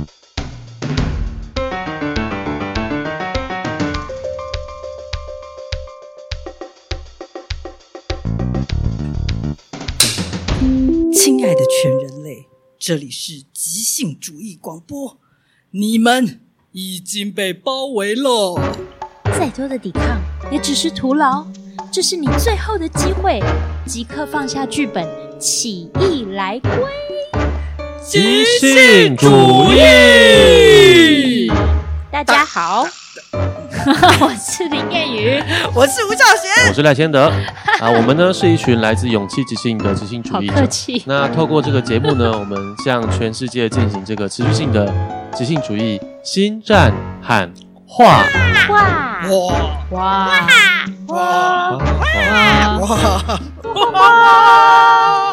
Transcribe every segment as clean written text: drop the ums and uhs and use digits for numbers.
亲爱的全人类，这里是即兴主义广播，你们已经被包围了， 再多的抵抗也只是徒劳，这是你最后的机会，即刻放下剧本，起义来归。 即兴主义， 大家好，我是林燕瑜， 我是吴小贤， 我是赖先德我们呢是一群来自勇气即兴的即兴主义者。 好客气。 那透过这个节目呢，我们向全世界进行这个持续性的即兴主义新战喊话。 哇哇哇哇！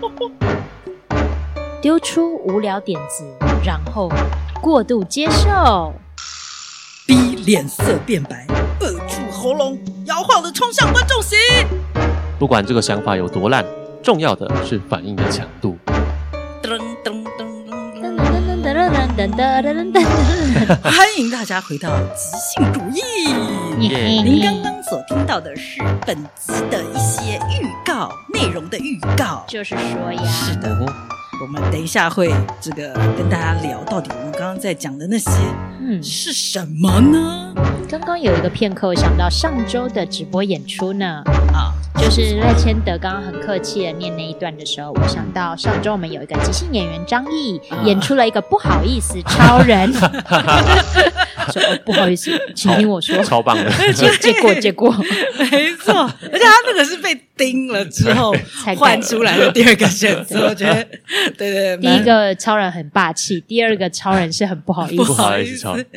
丢出无聊点子，然后过度接受， 逼脸色变白，扼住喉咙，摇晃的冲向观众席。 不管这个想法有多烂，重要的是反应的强度。 噔噔噔噔噔，欢迎大家回到即兴主义。您刚刚所听到的是本集的一些预告内容的预告， 就是说呀， 是的。我们等一下会这个跟大家聊，到底我们刚刚在讲的那些是什么呢？ 刚刚有一个片刻，我想到上周的直播演出呢，就是赖千德刚刚很客气的念那一段的时候，我想到上周我们有一个即兴演员张毅演出了一个不好意思超人，说不好意思，请听我说， 超棒的， 借过， 没错，而且他那个是被盯了之后换出来的第二个选择，我觉得对， 第一个超人很霸气，第二个超人是很不好意思， 不好意思超人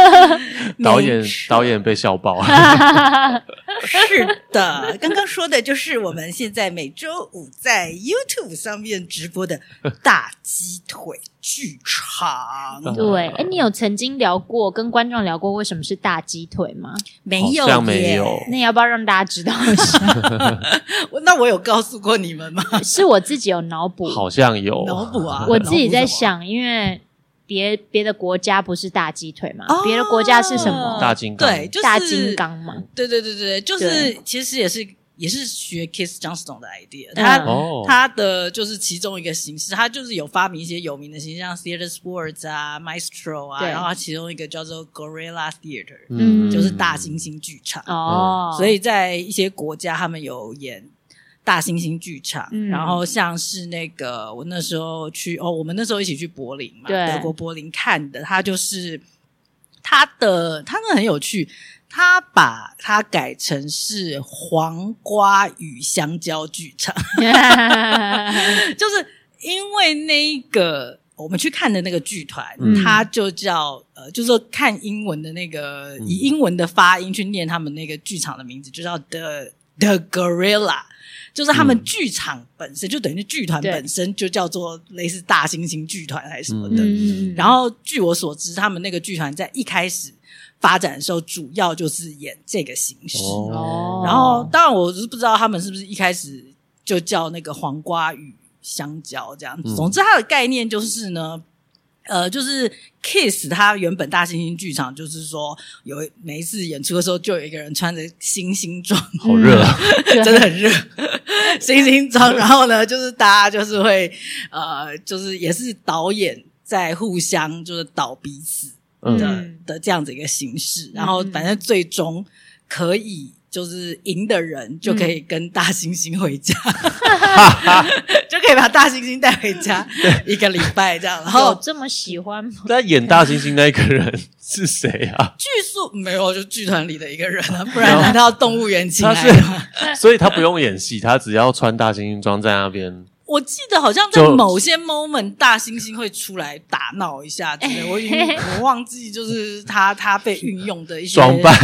导演被笑爆是的，刚刚说的就是我们现在每周五在 YouTube 上面直播的大鸡腿剧场。 对，你有曾经跟观众聊过为什么是大鸡腿吗？ 没有， 好像没有。 那要不要让大家知道一下？ 那我有告诉过你们吗？ 是我自己有脑补， 好像有脑补啊。 我自己在想，因为别的国家不是大鸡腿嘛？别的国家是什么？ 大金刚， 对，就是大金刚嘛。 对，就是其实也是学 Keith Johnston 的 idea， 他的就是其中一个形式，他就是有发明一些有名的形式，像 Theater Sports 啊 Maestro 啊，然后他其中一个叫做 Gorilla Theater，就是大猩猩剧场。所以在一些国家他们有演大猩猩剧场，然后像是那个我那时候我们那时候一起去柏林嘛，德国柏林看的，他就是他那很有趣，他把它改成是黄瓜与香蕉剧场就是因为那个我们去看的那个剧团，它就叫就是说看英文的那个以英文的发音去念他们那个剧场的名字，就叫 The Gorilla，就是他们剧场本身就等于剧团本身就叫做类似大猩猩剧团还是什么的。然后据我所知，他们那个剧团在一开始发展的时候主要就是演这个形式。然后当然我是不知道他们是不是一开始就叫那个黄瓜与香蕉这样子。总之它的概念就是呢，就是 Kiss 他原本大猩猩剧场就是说每一次演出的时候就有一个人穿着猩猩装， 好热啊真的很热猩猩装，然后呢就是大家就是会就是也是导演在互相就是导彼此的这样子一个形式，然后反正最终可以就是赢的人就可以跟大猩猩回家就可以把大猩猩带回家一个礼拜这样。然后有这么喜欢吗？ 在演大猩猩那一个人是谁啊？ 据说没有，就剧团里的一个人啊，不然难道动物园请来的吗？ 所以他不用演戏，他只要穿大猩猩装在那边。 我记得好像在某些 moment 大猩猩会出来打闹一下之类，我忘记就是他被运用的一些装扮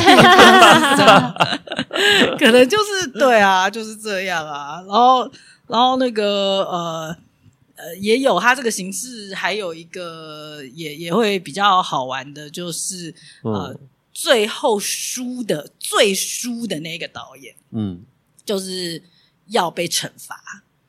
可能就是对啊，就是这样啊。然后那个也有他这个形式，还有一个也会比较好玩的，就是最后最输的那个导演，就是要被惩罚。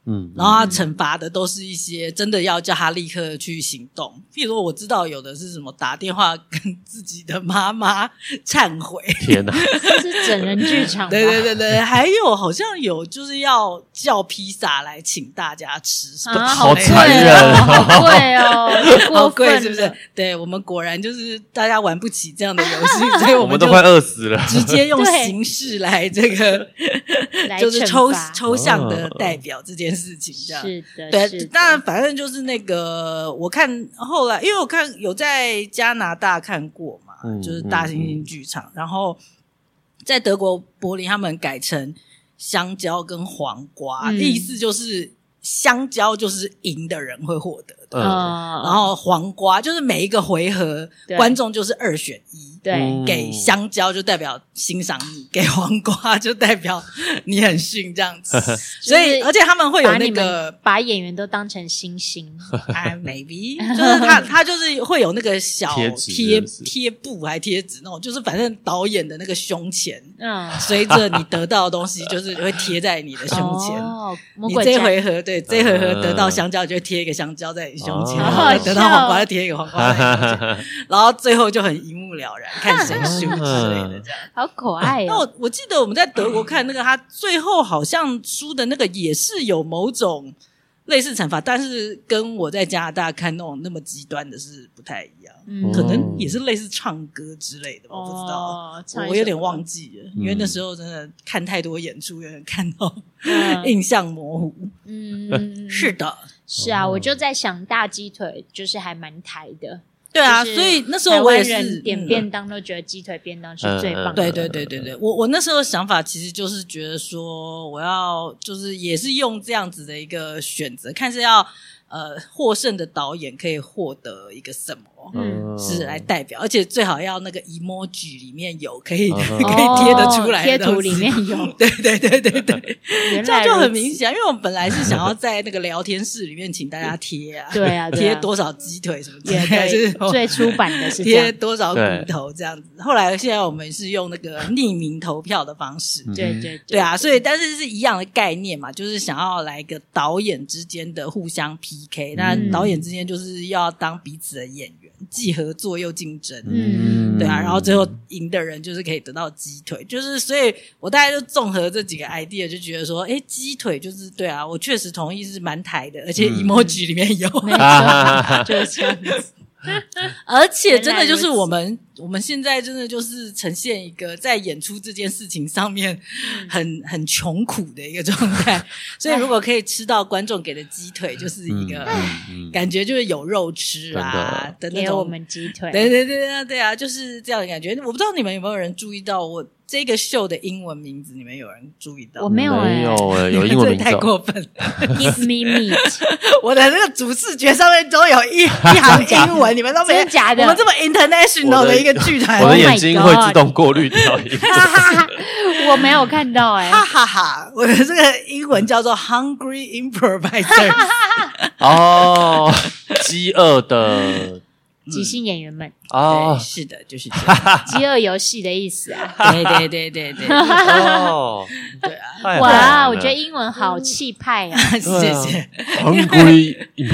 然后他惩罚的都是一些真的要叫他立刻去行动，譬如说我知道有的是什么打电话跟自己的妈妈忏悔， 天哪， 这是整人剧场吧。 对，还有好像有就是要叫披萨来请大家吃， 好残忍， 好贵哦， 好贵是不是？对，我们果然就是大家玩不起这样的游戏，所以我们都快饿死了， 直接用形式来这个就是抽象的代表这件事情，这样是的， 对，当然反正就是那个我看后来，因为我看有在加拿大看过嘛，就是大猩猩剧场，然后在德国柏林他们改成香蕉跟黄瓜，意思就是香蕉就是赢的人会获得的，然后黄瓜就是每一个回合观众就是2选1， 对， 给香蕉就代表欣赏你，给黄瓜就代表你很逊这样子，所以而且他们会有那个把演员都当成星星 maybe 就是他就是会有那个小贴布还贴纸那种，就是反正导演的那个胸前，随着你得到的东西就是会贴在你的胸前，你这一回合对这一回合得到香蕉就会贴一个香蕉在你胸前，然后得到黄瓜就贴一个黄瓜在你胸前，然后最后就很一目了然，看谁输之类的这样， 好可爱哦。那我记得我们在德国看那个，他最后好像输的那个也是有某种类似惩罚，但是跟我在加拿大看那种那么极端的是不太一样，可能也是类似唱歌之类的吧，我不知道，我有点忘记了，因为那时候真的看太多演出，有点看到印象模糊。是的， 是啊，我就在想大鸡腿就是还蛮台的。 对啊，所以那时候我也是点便当都觉得鸡腿便当是最棒的。对，我那时候想法其实就是觉得说，我要就是也是用这样子的一个选择，看是要获胜的导演可以获得一个什么，是来代表，而且最好要那个 emoji 里面有可以贴得出来的贴图里面有， 对，这样就很明显，因为我们本来是想要在那个聊天室里面请大家贴啊， 对啊， 贴多少鸡腿什么之类的，就是最初版的是贴多少骨头这样子。后来现在我们是用那个匿名投票的方式，对啊，所以但是是一样的概念嘛，就是想要来一个导演之间的互相 PK， 那导演之间就是要当彼此的演员，既合作又竞争，对啊，然后最后赢的人就是可以得到鸡腿，就是所以我大概就综合这几个 idea 就觉得说，鸡腿就是对啊，我确实同意是蛮台的，而且 emoji 里面有， 就是这样子。 而且真的就是我们现在真的就是呈现一个在演出这件事情上面很穷苦的一个状态，所以如果可以吃到观众给的鸡腿，就是一个感觉就是有肉吃啊的那种， 给我们鸡腿， 对啊，就是这样的感觉。我不知道你们有没有人注意到我这个秀的英文名字，你们有人注意到？ 我没有有英文名字， 太过分了。 Give me meat， 我的那个主视觉上面都有一行英文，你们都没？ 真的假的？ 我们这么 international 的一个剧团， 我的眼睛会自动过滤掉英文。 我没有看到哈哈哈！我的这个英文叫做 Hungry Improvisers， 哦，饥饿的。 即兴演员们对，是的，就是这样， 饥饿游戏的意思啊！ 对， 哦， 对啊， 哇，我觉得英文好气派啊！ 谢谢 ，Hungry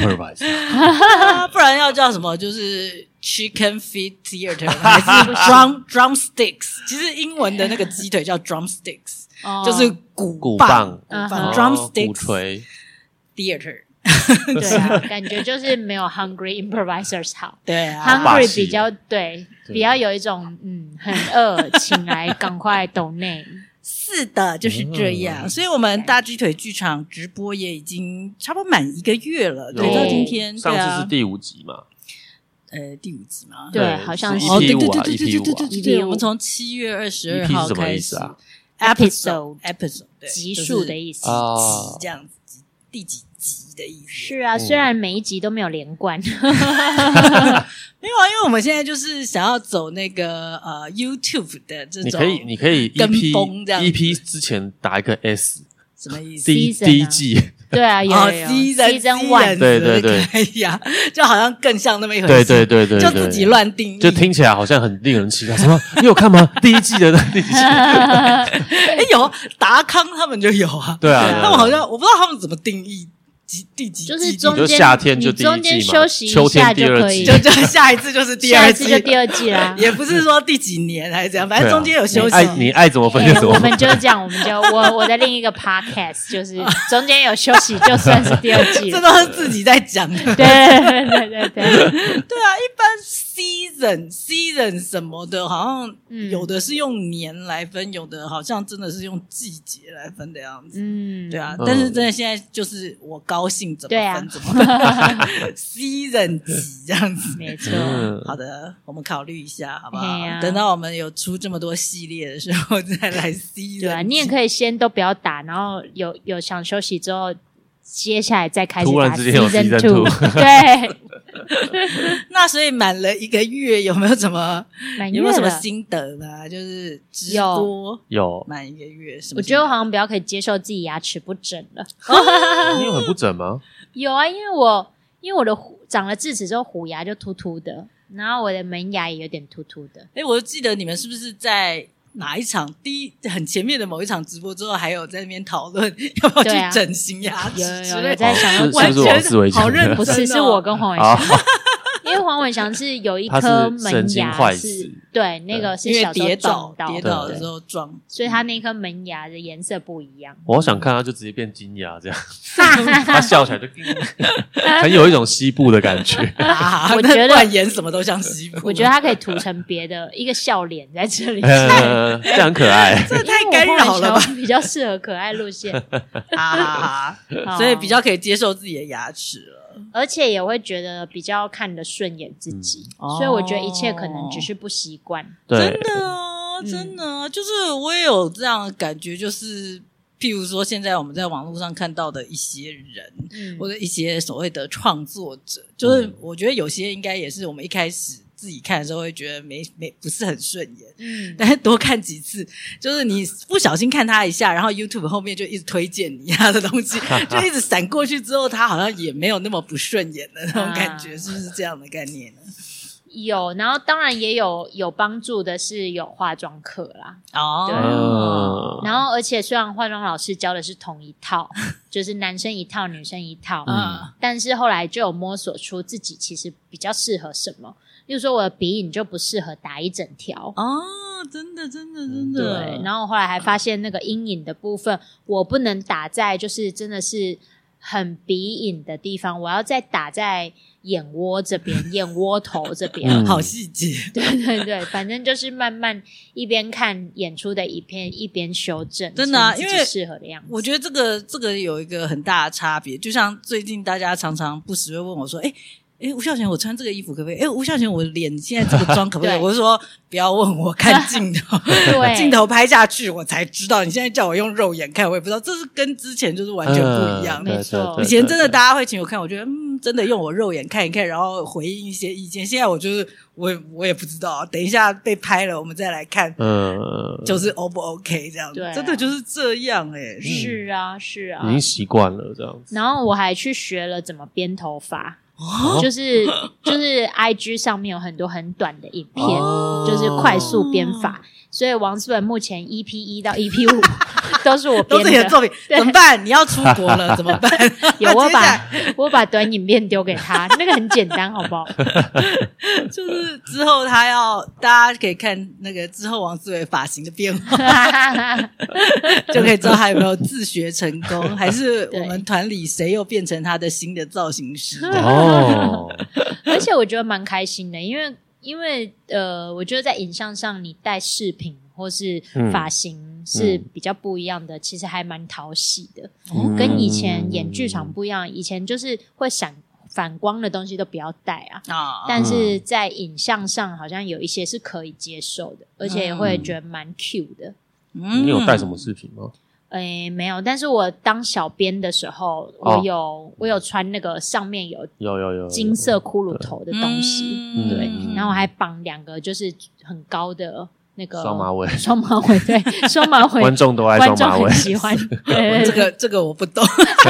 Improviser， 不然要叫什么？就是 Chicken Feet Theater 还是 Drumsticks？ 其实英文的那个鸡腿叫 Drumsticks， 就是鼓棒 ，Drumsticks 鼓槌 Theater。 对啊，感觉就是没有 Hungry Improvisers 好。 对啊 ，Hungry 比较比较有一种很饿，请来赶快抖内。 是的，就是这样。所以我们大鸡腿剧场直播也已经差不多满1个月了，对，到今天。 上次是第5集嘛？ 第5集嘛？ 对，好像是。 对，我们从7月22号开始。 episode 集数的意思， 集这样子，第几集的意思？ 是啊，虽然每一集都没有连贯， 没有啊，因为我们现在就是想要走那个YouTube 的这种， 你可以跟风这样 EP 之前打一个 S， 什么意思？ 第一季对啊，有 season one， 对可以啊，就好像更像那么一回事， 对， 就自己乱定义， 就听起来好像很令人期待。什么？你有看吗？第一季的第几集？ 有达康他们就有啊， 对啊， 他们好像我不知道他们怎么定义。第几季就是中间夏天就第一季嘛， 你中间休息一下就可以， 就下一次就是第二季， 下一次就第二季啦。 也不是说第几年还是怎样，反正中间有休息。 你爱怎么分就怎么分。 我们就这样，我的另一个 podcast 就是中间有休息，就算是第二季了。 这都是自己在讲的。 对。对啊，一般 season 什么的，好像有的是用年来分，有的好像真的是用季节来分的样子。对啊，但是真的现在就是我高兴怎么分怎么分，season 几这样子， 没错。 好的，我们考虑一下，好不好？等到我们有出这么多系列的时候，再来 season。 对啊，你也可以先都不要打，然后有想休息之后，接下来再开始打 season 2。 突然之间有 season 2， 对。 那所以满了一个月，有没有什么心得呢？就是直播有满一个月， 我觉得我好像比较可以接受自己牙齿不整了。 你有很不整吗？ 有啊，因为我的长了智齿之后，虎牙就凸凸的，然后我的门牙也有点凸凸的。 我就记得你们是不是在哪一场很前面的某一场直播之后，还有在那边讨论要不要去整形牙齿之类的？ 有在想要是不是王思维好认真不是我跟黄伟翔。因为黄伟翔是有一颗门牙是对那个是小时候撞到跌倒的时候撞， 所以他那颗门牙的颜色不一样。 我好想看他就直接变金牙这样，他笑起来就很有一种西部的感觉。 我觉得演什么都像西部。 我觉得他可以涂成别的一个笑脸在这里， 这样很可爱。 这太干扰了吧？ 比较适合可爱路线所以比较可以接受自己的牙齿了。 而且也会觉得比较看得顺眼自己，所以我觉得一切可能只是不习惯。 真的啊，真的啊，就是我也有这样的感觉，就是譬如说现在我们在网络上看到的一些人，或者一些所谓的创作者，就是我觉得有些应该也是我们一开始自己看的时候会觉得不是很顺眼，但是多看几次，就是你不小心看他一下，然后 YouTube 后面就一直推荐你他的东西，就一直闪过去之后，他好像也没有那么不顺眼的那种感觉，是不是这样的概念呢？ 有，然后当然也有帮助的是有化妆课啦。对，然后而且虽然化妆老师教的是同一套，就是男生一套，女生一套，但是后来就有摸索出自己其实比较适合什么。例如说我的鼻影就不适合打一整条真的对，然后我后来还发现那个阴影的部分我不能打在就是真的是很鼻影的地方，我要再打在眼窝这边眼窝头这边好细节。 对，反正就是慢慢一边看演出的影片一边修正， 真的啊， 因为适合的样子。 我觉得这个有一个很大的差别，就像最近大家常常不时会问我说吴孝贤，我穿这个衣服可不可以？吴孝贤，我脸现在这个妆可不可以？我就说不要问我，看镜头，镜头拍下去我才知道。你现在叫我用肉眼看，我也不知道，这是跟之前就是完全不一样的。 没错， 以前真的大家会请我看，我觉得真的用我肉眼看一看，然后回应一些意见。现在我就是我也不知道，等一下被拍了我们再来看，就是 O 不 OK 这样子，真的就是这样是啊， 已经习惯了这样子。 然后我还去学了怎么编头发。就是 IG 上面有很多很短的影片，就是快速编法，所以王思文目前 EP1 到 EP5 都是我编的， 都是你的作品，怎么办？你要出国了怎么办？ 有我把短影片丢给他，那个很简单，好不好？ 就是之后大家可以看那个之后王思维发型的变化，就可以知道他有没有自学成功，还是我们团里谁又变成他的新的造型师？ 而且我觉得蛮开心的，因为我觉得在影像上你带饰品或是发型是比较不一样的，其实还蛮讨喜的，跟以前演剧场不一样。以前就是会反光的东西都不要带但是在影像上好像有一些是可以接受的，而且也会觉得蛮 cute 的。 你有带什么饰品吗？ 没有，但是我当小编的时候，我有穿那个上面有金色骷髅头的东西，对，然后我还绑2个就是很高的那个双马尾对，双马尾观众都爱双马尾， 观众很喜欢。 这个我不懂。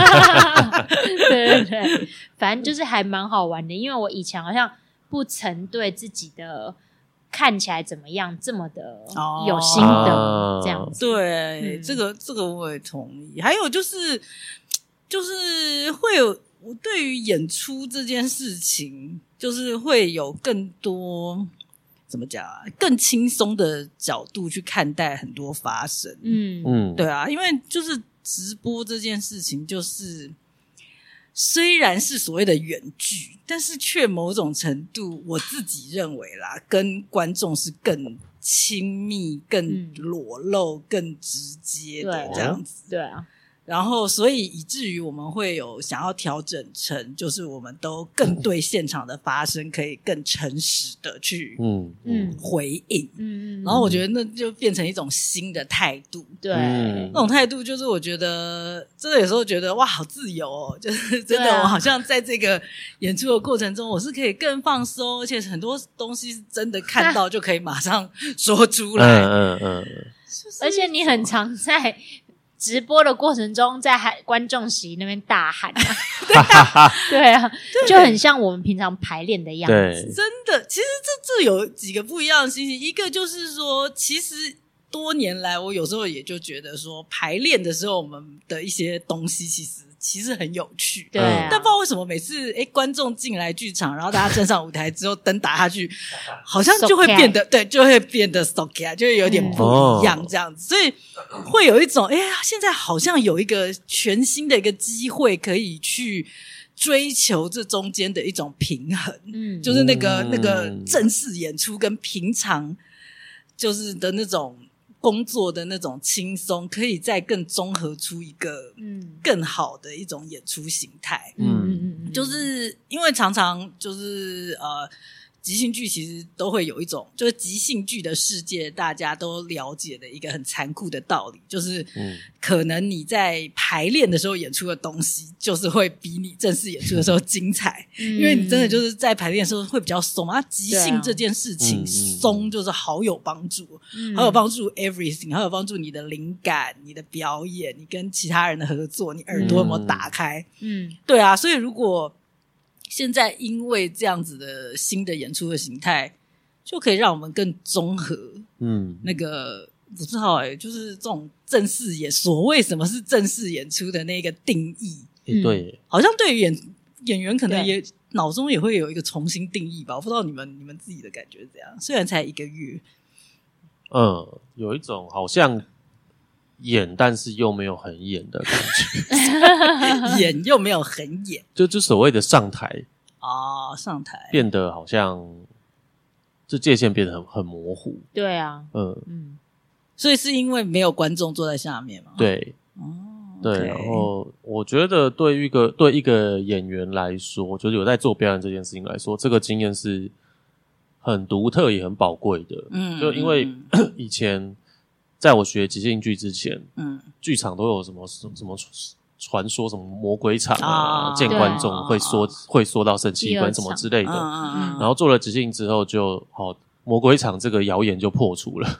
对，反正就是还蛮好玩的，因为我以前好像不曾对自己的看起来怎么样这么的有心得这样子。 对，这个我也同意。还有就是会有我对于演出这件事情，就是会有更多怎么讲啊，更轻松的角度去看待很多发生。对啊，因为就是直播这件事情，就是虽然是所谓的远距，但是却某种程度我自己认为啦，跟观众是更亲密、更裸露、更直接的这样子。 对啊。 然后所以以至于我们会有想要调整成就是我们都更对现场的发生可以更诚实的去回应。然后我觉得那就变成一种新的态度。 对， 那种态度就是我觉得真的有时候觉得哇好自由哦，就是真的我好像在这个演出的过程中我是可以更放松，而且很多东西是真的看到就可以马上说出来。 而且你很常在直播的过程中在观众席那边大喊对啊，就很像我们平常排练的样子。 真的，其实这有几个不一样的心情。一个就是说其实多年来我有时候也就觉得说排练的时候我们的一些东西其实很有趣。 对啊， 但不知道为什么每次观众进来剧场，然后大家站上舞台之后灯打下去好像就会变得对，就会变得 so gay， 就会有点不一样这样子。所以会有一种现在好像有一个全新的一个机会可以去追求这中间的一种平衡。就是那个正式演出跟平常就是的那种工作的那种轻松，可以再更综合出一个更好的一种演出形态。就是因为常常就是即兴剧其实都会有一种就是即兴剧的世界大家都了解的一个很残酷的道理，就是可能你在排练的时候演出的东西就是会比你正式演出的时候精彩。因为你真的就是在排练的时候会比较松即兴这件事情松就是好有帮助，好有帮助 everything， 好有帮助你的灵感、你的表演、你跟其他人的合作、你耳朵有没有打开。对啊，所以如果现在因为这样子的新的演出的形态，就可以让我们更综合。那个不知道就是这种正式所谓什么是正式演出的那个定义。 对， 好像对于演员可能也脑中也会有一个重新定义吧。我不知道你们自己的感觉是怎样？虽然才1个月， 有一种好像演但是又没有很演的感觉演又没有很演， 就所谓的上台上台变得好像这界限变得很模糊。 对啊， 所以是因为没有观众坐在下面吗？ 对，对。 Okay， 然后我觉得对一个演员来说，就是有在做表演这件事情来说，这个经验是很独特也很宝贵的。就因为以前在我学即兴剧之前，剧场都有什么传说什么魔鬼场见观众会缩到生气关什么之类的。然后做了即兴之后就魔鬼场这个谣言就破除了。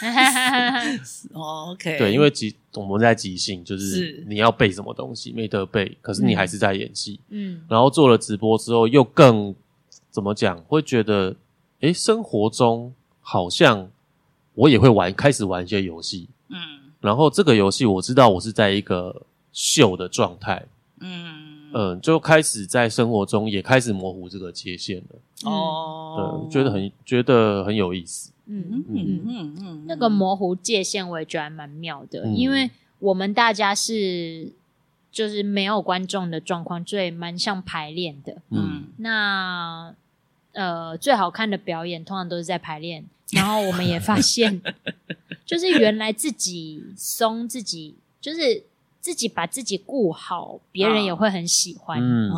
OK， 对，因为我们在即兴就是你要背什么东西没得背，可是你还是在演戏。然后做了直播之后又更怎么讲，会觉得生活中好像我也会开始玩一些游戏。然后这个游戏我知道我是在一个秀的状态。就开始在生活中也开始模糊这个界限了。觉得很有意思。 那个模糊界限我也觉得还蛮妙的。因为我们大家就是没有观众的状况，所以蛮像排练的。那最好看的表演通常都是在排练，然后我们也发现就是原来自己松，自己就是自己把自己顾好，别人也会很喜欢。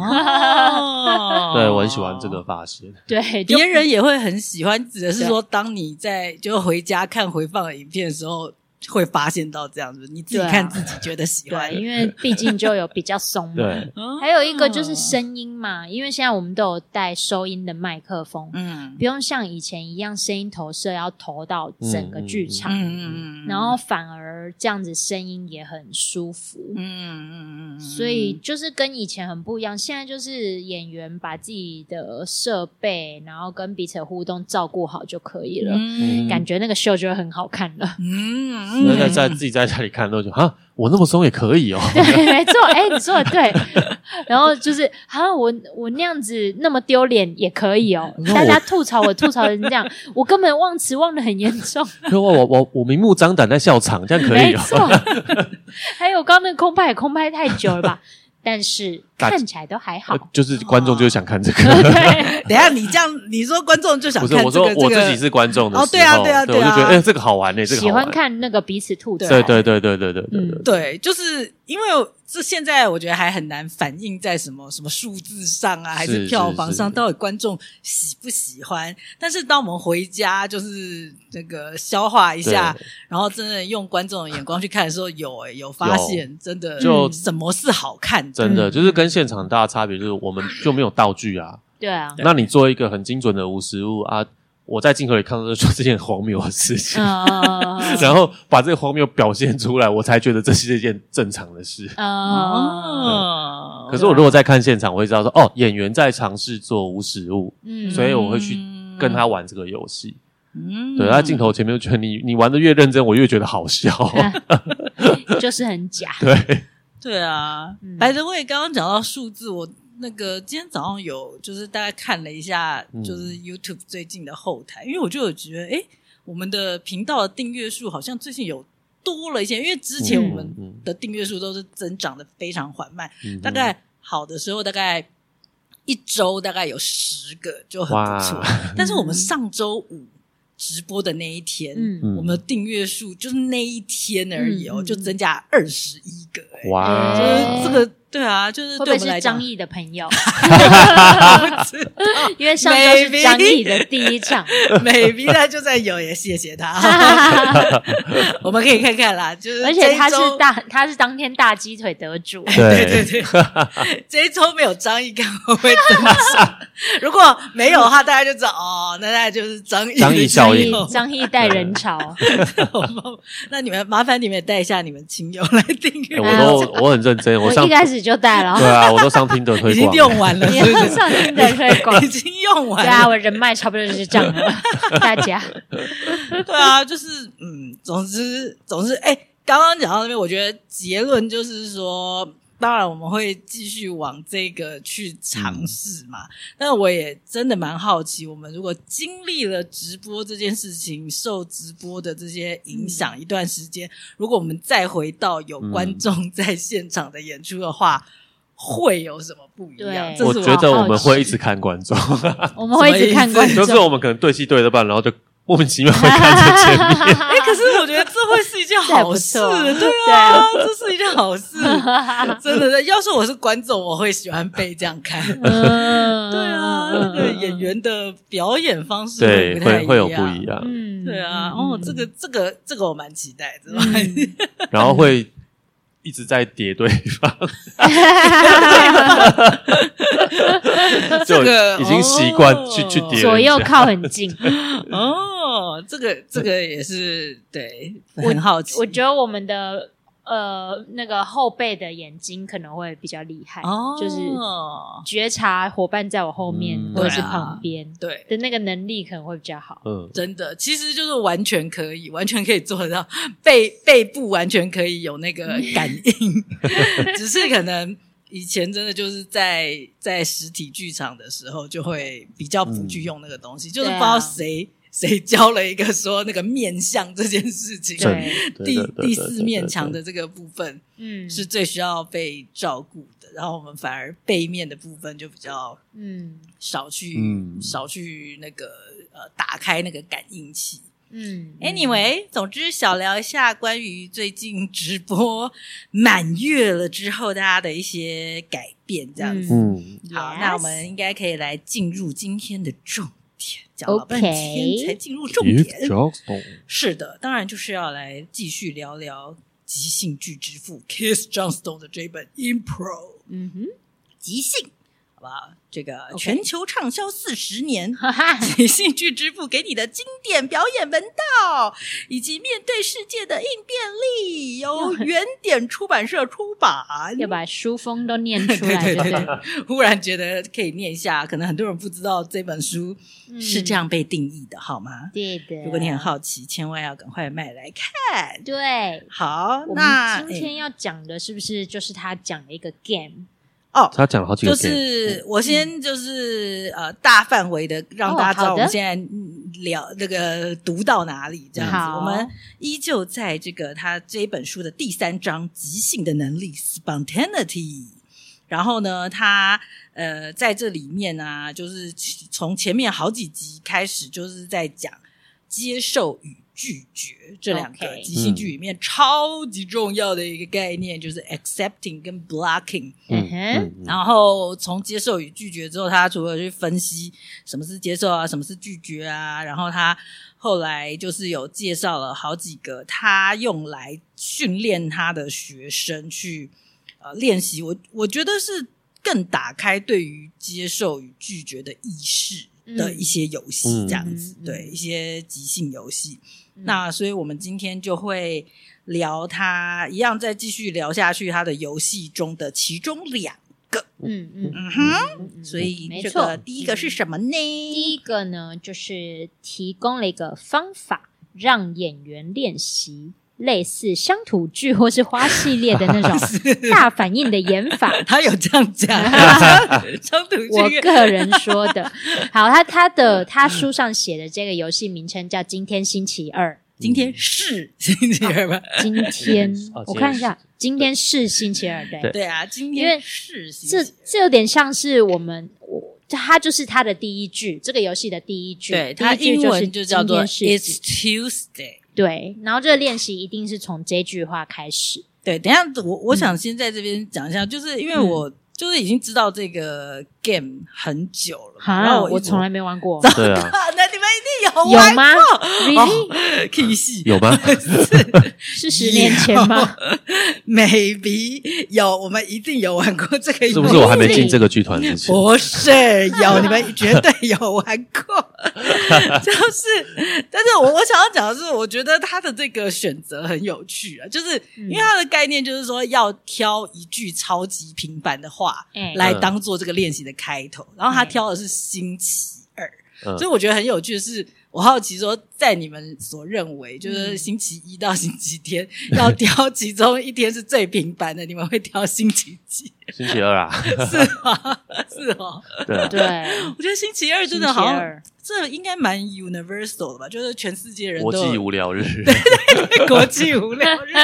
对，我很喜欢这个发现。 对， 别人也会很喜欢，指的是说当你在就回家看回放的影片的时候， 会发现到这样子，你自己看自己觉得喜欢。 对，因为毕竟就有比较松嘛。 对， 还有一个就是声音嘛，因为现在我们都有带收音的麦克风，不用像以前一样声音投射要投到整个剧场，然后反而这样子声音也很舒服，所以就是跟以前很不一样。现在就是演员把自己的设备，然后跟彼此的互动照顾好就可以了，感觉那个秀就会很好看了。 在自己在家里看都就我那么松也可以哦。 对，没错，你说的对。然后就是我那样子那么丢脸也可以哦。大家吐槽我吐槽成这样，我根本忘词忘得很严重。 我明目张胆在笑场，这样可以哦。 没错。还有刚刚那个空拍太久了吧？但是看起来都还好， 就是观众就想看这个。 对， 等一下你这样你说观众就想看这个， 不是我说我自己是观众的时候， 对啊， 我就觉得这个好玩这个好玩， 喜欢看那个彼此吐槽。 对，就是因为这现在我觉得还很难反映在什么数字上啊，还是票房上，到底观众喜不喜欢。但是当我们回家就是那个消化一下，然后真的用观众的眼光去看的时候，有发现真的就什么是好看的， 真的就是跟现场大的差别就是我们就没有道具啊。 对啊， 那你做一个很精准的无实物啊，我在镜头里看到就是这件荒谬的事情，然后把这个荒谬表现出来，我才觉得这是一件正常的事。可是我如果在看现场，我会知道说，演员在尝试做无实物，所以我会去跟他玩这个游戏。对，在镜头前面就觉得你玩的越认真，我越觉得好笑， 就是很假。 对啊，by the way，刚刚讲到数字，我那个今天早上有就是大概看了一下，就是 YouTube 最近的后台，因为我就有觉得，我们的频道的订阅数好像最近有多了一些，因为之前我们的订阅数都是增长的非常缓慢，大概好的时候大概一周大概有10个就很不错，但是我们上周五直播的那一天，我们的订阅数就是那一天而已就增加21个哇！ 就是这个对啊，就是对我们来讲， 会不会是张毅的朋友？因为上周是张毅的第一场， 美比他就在有，也谢谢他。我们可以看看啦，就是而且他是当天大鸡腿得主， 对，这一周没有张毅，看会不会增长？如果没有的话，大家就知道那大概就是张毅效应， 张毅带人潮。 那你们麻烦你们也带一下你们亲友来订阅。 我很认真， 我一开始就带了。 对啊，我都上Tinder推广， 已经用完了， 你上Tinder推广已经用完了。 对啊，我人脉差不多就是这样了。大家对啊，就是总之，刚刚讲到那边，我觉得结论就是说，当然我们会继续往这个去尝试嘛。但我也真的蛮好奇，我们如果经历了直播这件事情，受直播的这些影响一段时间，如果我们再回到有观众在现场的演出的话，会有什么不一样？ 我觉得我们会一直看观众， 我们会一直看观众， 就是我们可能对戏对着办，然后就莫名其妙会看着前面。 可是我觉得这会是一件好事，对啊，这是一件好事，真的。要是我是观众，我会喜欢被这样看。对啊，那个演员的表演方式会不太一样， 会有不一样。 对啊，这个我蛮期待的。 然后会一直在叠对方，就已经习惯去叠， 左右靠很近。 这个也是对，很好奇。 我觉得我们的那个后辈的眼睛可能会比较厉害，就是觉察伙伴在我后面或者是旁边，对的那个能力可能会比较好。 真的，其实就是完全可以做得到，背部完全可以有那个感应，只是可能以前真的就是在实体剧场的时候就会比较不去用那个东西，就是不知道谁教了一个说那个面向这件事情，第四面墙的这个部分是最需要被照顾的，然后我们反而背面的部分就比较少去那个打开那个感应器。Anyway， 总之小聊一下关于最近直播满月了之后大家的一些改变这样子。好，那我们应该可以来进入今天的重点。 天，讲了半天才进入重点。是的，当然就是要来继续聊聊即兴剧之父 Keith Johnstone 的这本 Impro， 即兴，好不好？这个全球畅销40年，即兴剧之父给你的经典表演门道，以及面对世界的应变力，由原点出版社出版。 要把书封都念出来，对。 忽然觉得可以念一下，可能很多人不知道这本书是这样被定义的，好吗？ 对的。 如果你很好奇，千万要赶快买来看。 对， 好， 那我们今天要讲的是不是就是他讲的一个 game？ 他讲了好几个 game， 就是我先就是大范围的让大家知道我们现在聊那个读到哪里这样子。我们依旧在这个他这一本书的第3章即兴的能力 spontaneity。然后呢，他在这里面啊，就是从前面好几集开始，就是在讲接受与拒绝这两个即兴剧里面超级重要的一个概念，就是 accepting 跟 blocking。然后从接受与拒绝之后，他除了去分析什么是接受啊，什么是拒绝啊，然后他后来就是有介绍了好几个他用来训练他的学生去练习。我觉得是更打开对于接受与拒绝的意识的一些游戏这样子，对，一些即兴游戏。那所以我们今天就会聊他一样，再继续聊下去他的游戏中的其中2个。所以这个第一个是什么呢？ 第一个呢，就是提供了一个方法让演员练习类似乡土剧或是花系列的那种大反应的演法。 他有这样讲乡土剧， 我个人说的。好，他书上写的这个游戏名称叫今天星期二。 今天是星期二吧？ 今天我看一下，今天是星期二。 对啊，今天是星期二。 这有点像是它就是它的第一句，这个游戏的第一句。 对，它英文就叫做 It's Tuesday。 对，然后这个练习一定是从这句话开始。 对，等一下我想先在这边讲一下，就是因为我就是已经知道这个 game 很久了，然后我从来没玩过。 对啊， 那你们一定有玩过？ 有吗 ？Really？ K 系有吗？ 是10年前吗 ？Maybe 有，我们一定有玩过这个游戏。 是不是我还没进这个剧团之前？ 不是，有，你们绝对有玩过。就是，但是我想要讲的是，我觉得他的这个选择很有趣啊，就是因为他的概念就是说要挑一句超级平凡的话来当做这个练习的开头，然后他挑的是星期二，所以我觉得很有趣的是，我好奇说，在你们所认为就是星期一到星期天要挑其中一天是最平凡的，你们会挑星期几？ 星期二啊？ 是吗？是哦， 对， 我觉得星期二真的好像这应该蛮 universal 的吧，就是全世界人都国际无聊日， 对，国际无聊日，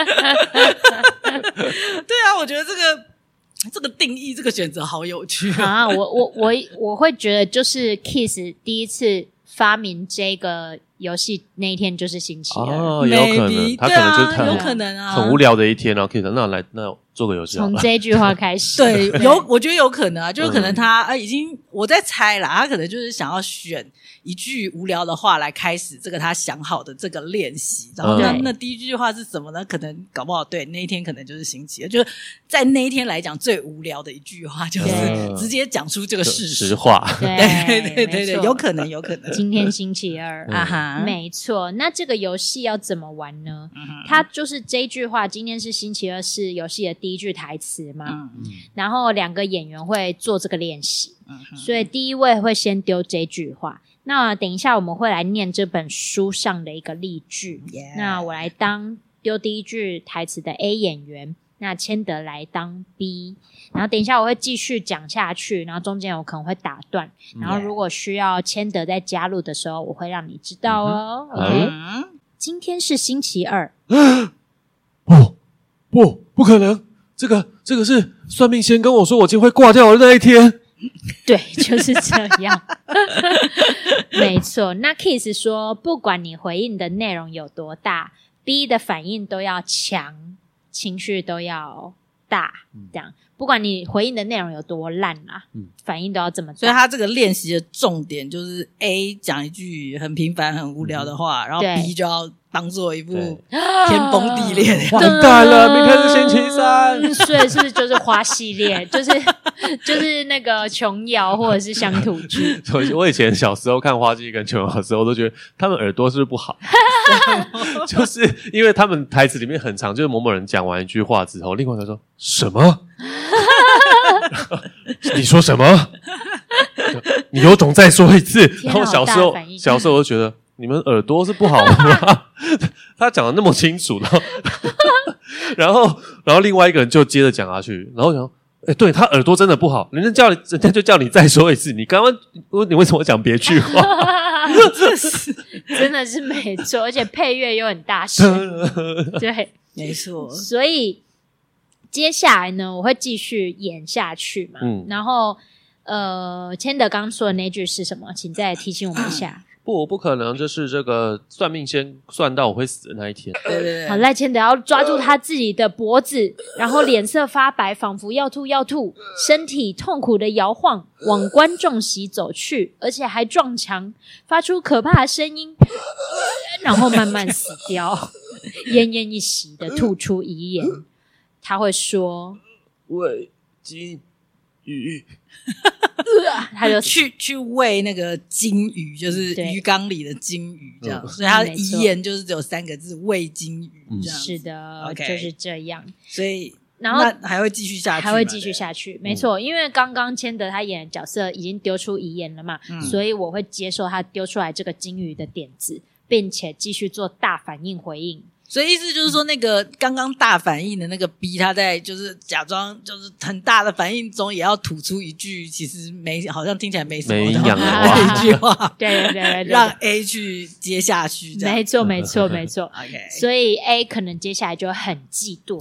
对啊，我觉得这个定义，这个选择好有趣啊！我会觉得，就是 Keith 第一次发明这个游戏那一天就是星期二， 有可能，他可能就是有可能啊， 很无聊的一天，然后 Keith 那做个游戏好了， 从这句话开始， 对，我觉得有可能啊，就是可能他已经我在猜啦，他可能就是想要选一句无聊的话来开始这个他想好的这个练习，然后那第一句话是什么呢？可能搞不好对那一天可能就是星期二，就是在那一天来讲最无聊的一句话，就是直接讲出这个事实话， 对，有可能， 今天星期二啊哈，没错。那这个游戏要怎么玩呢？它就是这句话，今天是星期二是游戏的第一句台词嘛，然后2个演员会做这个练习，所以第一位会先丢这句话。那等一下我们会来念这本书上的一个例句，那我来当丢第一句台词的 A 演员，那千德来当 B， 然后等一下我会继续讲下去，然后中间我可能会打断，然后如果需要千德再加入的时候，我会让你知道哦。OK， 今天是星期二。 不可能，这个是算命先跟我说我今天会挂掉的那一天。 对，就是这样。没错。那 Keith 说，不管你回应的内容有多大 ，B 的反应都要强，情绪都要大，这样不管你回应的内容有多烂啦，反应都要这么大。 所以他这个练习的重点就是 A 讲一句很平凡很无聊的话，然后 B 就要当做一部天崩地裂的， 完蛋了，明天是星期三。 所以是不是就是花系列，就是那个琼瑶或者是乡土剧？ 我以前小时候看花季跟琼瑶的时候，都觉得他们耳朵是不是不好？就是因为他们台词里面很长，就是某某人讲完一句话之后，另外一个说什么？你说什么？你有种再说一次。然后小时候我就觉得你们耳朵是不好吗？他讲的那么清楚，然后另外一个人就接着讲下去，然后想对他耳朵真的不好，人家就叫你再说一次，你刚刚你为什么讲别句话？ 真的是没错，而且配乐又很大声。对， 没错。 所以接下来呢，我会继续演下去嘛。然后千德刚说的那句是什么？请再提醒我们一下。 不可能，就是这个算命先算到我会死的那一天。 对。 好，赖千德要抓住他自己的脖子，然后脸色发白，仿佛要吐，身体痛苦的摇晃，往观众席走去，而且还撞墙，发出可怕的声音，然后慢慢死掉，奄奄一息的吐出遗言。他会说：“ 喂，金鱼。” 他就去喂那个金鱼，就是鱼缸里的金鱼这样，所以他的遗言就是只有3个字：喂金鱼这样。 是的，就是这样。 所以然后还会继续下去， 还会继续下去，没错。因为刚刚千德他演的角色已经丢出遗言了嘛，所以我会接受他丢出来这个金鱼的点子，并且继续做大反应回应。 所以意思就是说，那个刚刚大反应的那个 B， 他在就是假装就是很大的反应中，也要吐出一句其实好像听起来没什么的一句话， 对， 让 A 去接下去这样。 没错。 OK， 所以 A 可能接下来就很嫉妒，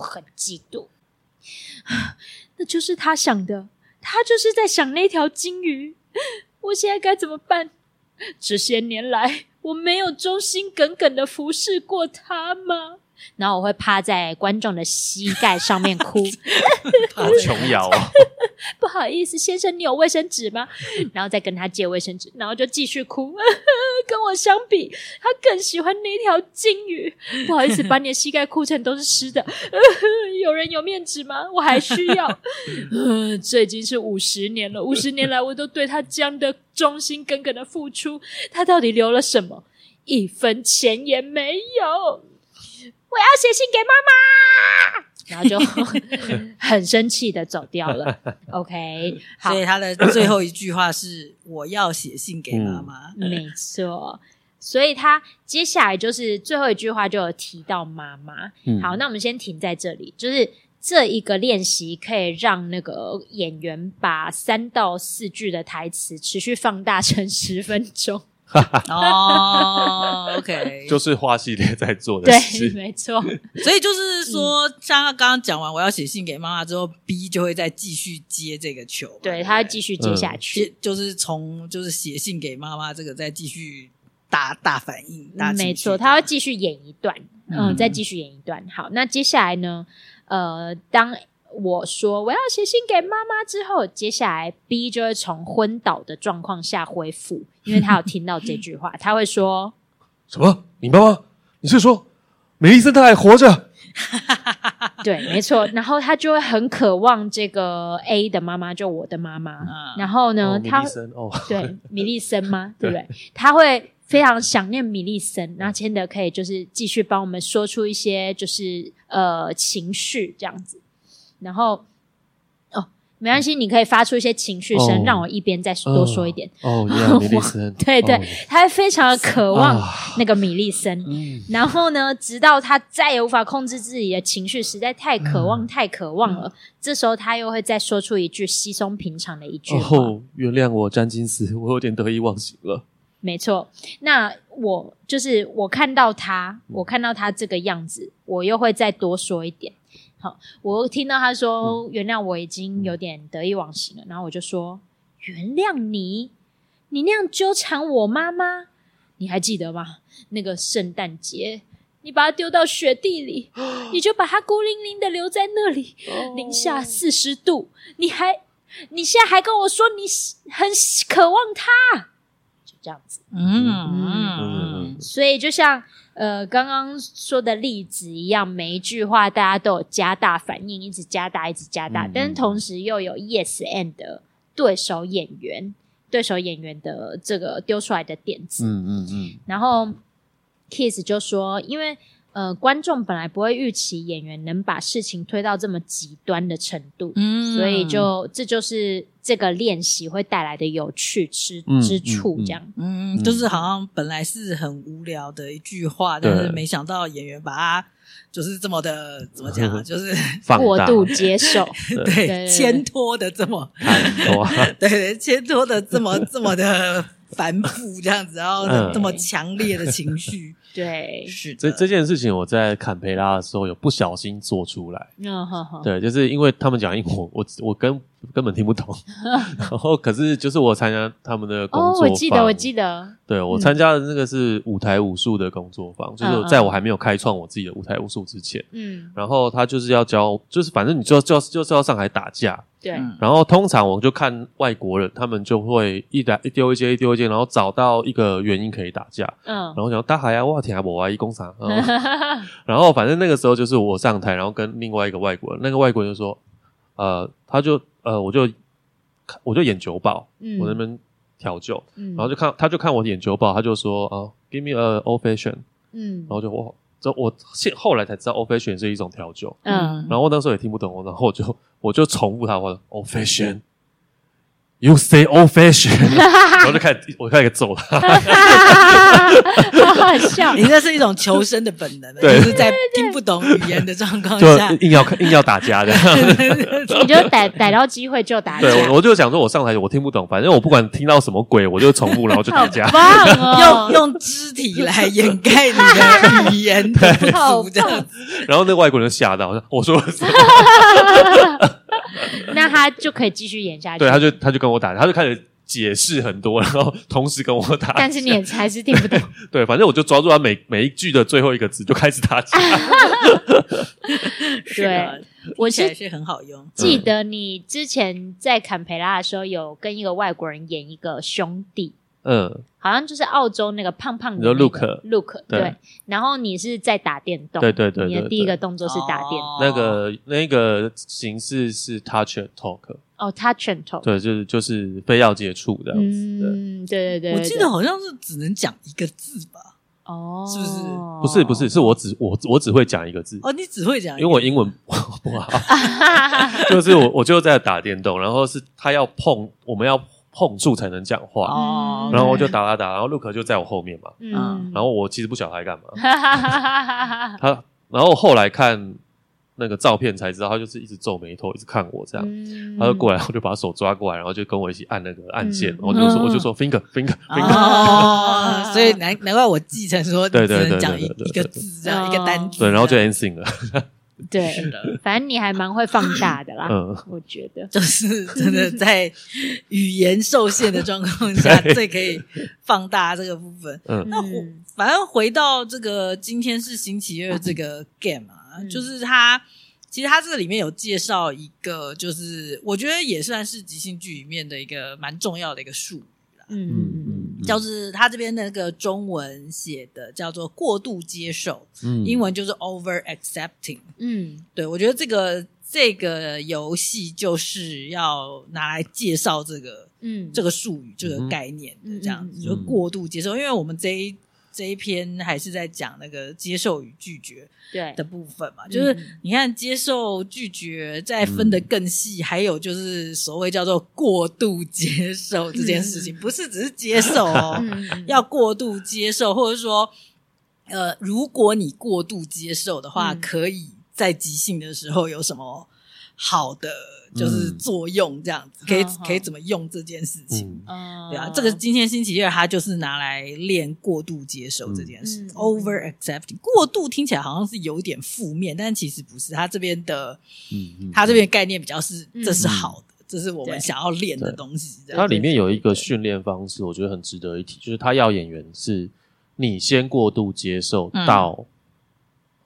那就是他想的，他就是在想那条金鱼。我现在该怎么办？这些年来我没有忠心耿耿的服侍过他吗？然后我会趴在观众的膝盖上面哭。 好琼瑶哦。 不好意思先生，你有卫生纸吗？然后再跟他借卫生纸，然后就继续哭。跟我相比，他更喜欢那条金鱼。不好意思把你的膝盖哭成都是湿的。有人有面纸吗？我还需要。这已经是50年了，50年来我都对他这样的忠心耿耿的付出，他到底留了什么？1分钱也没有。我要写信给妈妈，然后就很生气的走掉了。OK， 好， 所以他的最后一句话是我要写信给妈妈。 没错，所以他接下来就是最后一句话就有提到妈妈。好，那我们先停在这里，就是这一个练习可以让那个演员把3到4句的台词持续放大成10分钟。 OK， 就是花系列在做的事。 对，没错。 所以就是说，像他刚刚讲完我要写信给妈妈之后 ，B 就会再继续接这个球。 对，他会继续接下去， 就是从就是写信给妈妈这个再继续大反应。 没错，他会继续演一段，再继续演一段。好，那接下来呢？当我说我要写信给妈妈之后，接下来 B 就会从昏倒的状况下恢复，因为他有听到这句话，他会说什么？你妈妈？你是说梅丽森她还活着？ 对，没错。然后他就会很渴望这个 A 的妈妈，就我的妈妈。然后呢，他对米莉森吗？对不对？他会非常想念米莉森，然后千德可以就是继续帮我们说出一些就是情绪这样子。然后没关系，你可以发出一些情绪声，让我一边再多说一点。 米莉森， 对，他会非常的渴望那个米莉森。然后呢，直到他再也无法控制自己的情绪，实在太渴望了。这时候他又会再说出一句稀松平常的一句话： 原谅我，詹金斯，我有点得意忘形了。 没错，那我看到他这个样子，我又会再多说一点。好，我听到他说原谅我已经有点得意忘形了，然后我就说原谅你那样纠缠我妈妈，你还记得吗？那个圣诞节你把它丢到雪地里，你就把它孤零零的留在那里，零下40度，你现在还跟我说你很渴望它，就这样子。所以就像刚刚说的例子一样，每一句话大家都有加大反应，一直加大，但是同时又有 yes and 的对手演员的这个丢出来的点子。然后 Keith 就说，因为观众本来不会预期演员能把事情推到这么极端的程度，所以这就是这个练习会带来的有趣之处，这样。 就是好像本来是很无聊的一句话，但是没想到演员把它就是这么的怎么讲啊，就是过度接受， 对，牵拖的这么对，牵拖的这么的繁复这样子，然后这么强烈的情绪。 对， 是的。 这件事情我在坎培拉的时候有不小心做出来。对，就是因为他们讲英文，我根本听不懂。然后可是就是我参加他们的工作坊， 我记得。 对，我参加的那个是舞台武术的工作坊，就是在我还没有开创我自己的舞台武术之前。然后他就是要教，就是反正你就是要上台打架。 对， 然后通常我就看外国人，他们就会一丢一接，然后找到一个原因可以打架。然后讲大海啊，我听不懂啊，一公啥。然后反正那个时候就是我上台，然后跟另外一个外国人，那个外国人就说，我就演酒保，我在那边调酒，然后他就看我演酒保，他就说give me a old fashion，然后我后来才知道 old fashion 是一种调酒，然后我那时候也听不懂，然后我就重复他话 old fashion。You say old fashion， 然后我开始揍他， 好好笑。 你这是一种求生的本能，就是在听不懂语言的状况下， 就硬要打架的。 你就逮到机会就打架。 对，我就想说，我上台我听不懂，反正我不管听到什么鬼，我就重复，然后就打架。 好棒哦！ 用肢体来掩盖你的语言的不足，这样子。 然后那个外国人吓到，我说什么？ 那他就可以继续演下去。 对，他就跟我打，他就开始解释很多，然后同时跟我打。 但是你还是听不懂。 对，反正我就抓住他每一句的最后一个字，就开始打架。 对，我是很好用。 记得你之前在坎培拉的时候，有跟一个外国人演一个兄弟。好像就是澳洲那个胖胖的那个 Luke 对，然后你是在打电动， 对， 你的第一个动作是打电动， 那个形式是 touch and talk， touch and talk， 对，就是非要接触这样子， 对， 我记得好像是只能讲一个字吧，是不是？ 是我只会讲一个字， 你只会讲一个字， 因为我英文不好，就是我就在打电动，然后是他要我们要碰触才能讲话，然后我就打，然后 Luke 就在我后面嘛，然后我其实不晓得他在干嘛，然后后来看那个照片才知道，他就是一直皱眉头，一直看我这样，他就过来，我就把手抓过来，然后就跟我一起按那个按键，然后我就说 finger， 所以难怪我记成说只能讲一个字这样一个单词， 对，然后就 ending 了。 对，反正你还蛮会放大的啦，我觉得就是真的在语言受限的状况下，最可以放大这个部分。那反正回到这个今天是星期二这个 game 啊，就是其实它这个里面有介绍一个，就是我觉得也算是即兴剧里面的一个蛮重要的一个术语啦。就是他这边那个中文写的叫做过度接受，英文就是 over accepting。对，我觉得这个游戏就是要拿来介绍这个术语这个概念的这样子，就过度接受，因为我们这一篇还是在讲那个接受与拒绝的部分嘛，就是你看接受拒绝再分得更细，还有就是所谓叫做过度接受这件事情，不是只是接受要过度接受，或者说如果你过度接受的话，可以在即兴的时候有什么好的就是作用这样子，可以怎么用这件事情，对啊，这个今天星期二它就是拿来练过度接受这件事，over accepting。过度听起来好像是有点负面，但其实不是，它这边的概念比较是这是好的，这是我们想要练的东西。 它里面有一个训练方式，我觉得很值得一提，就是他要演员是你先过度接受到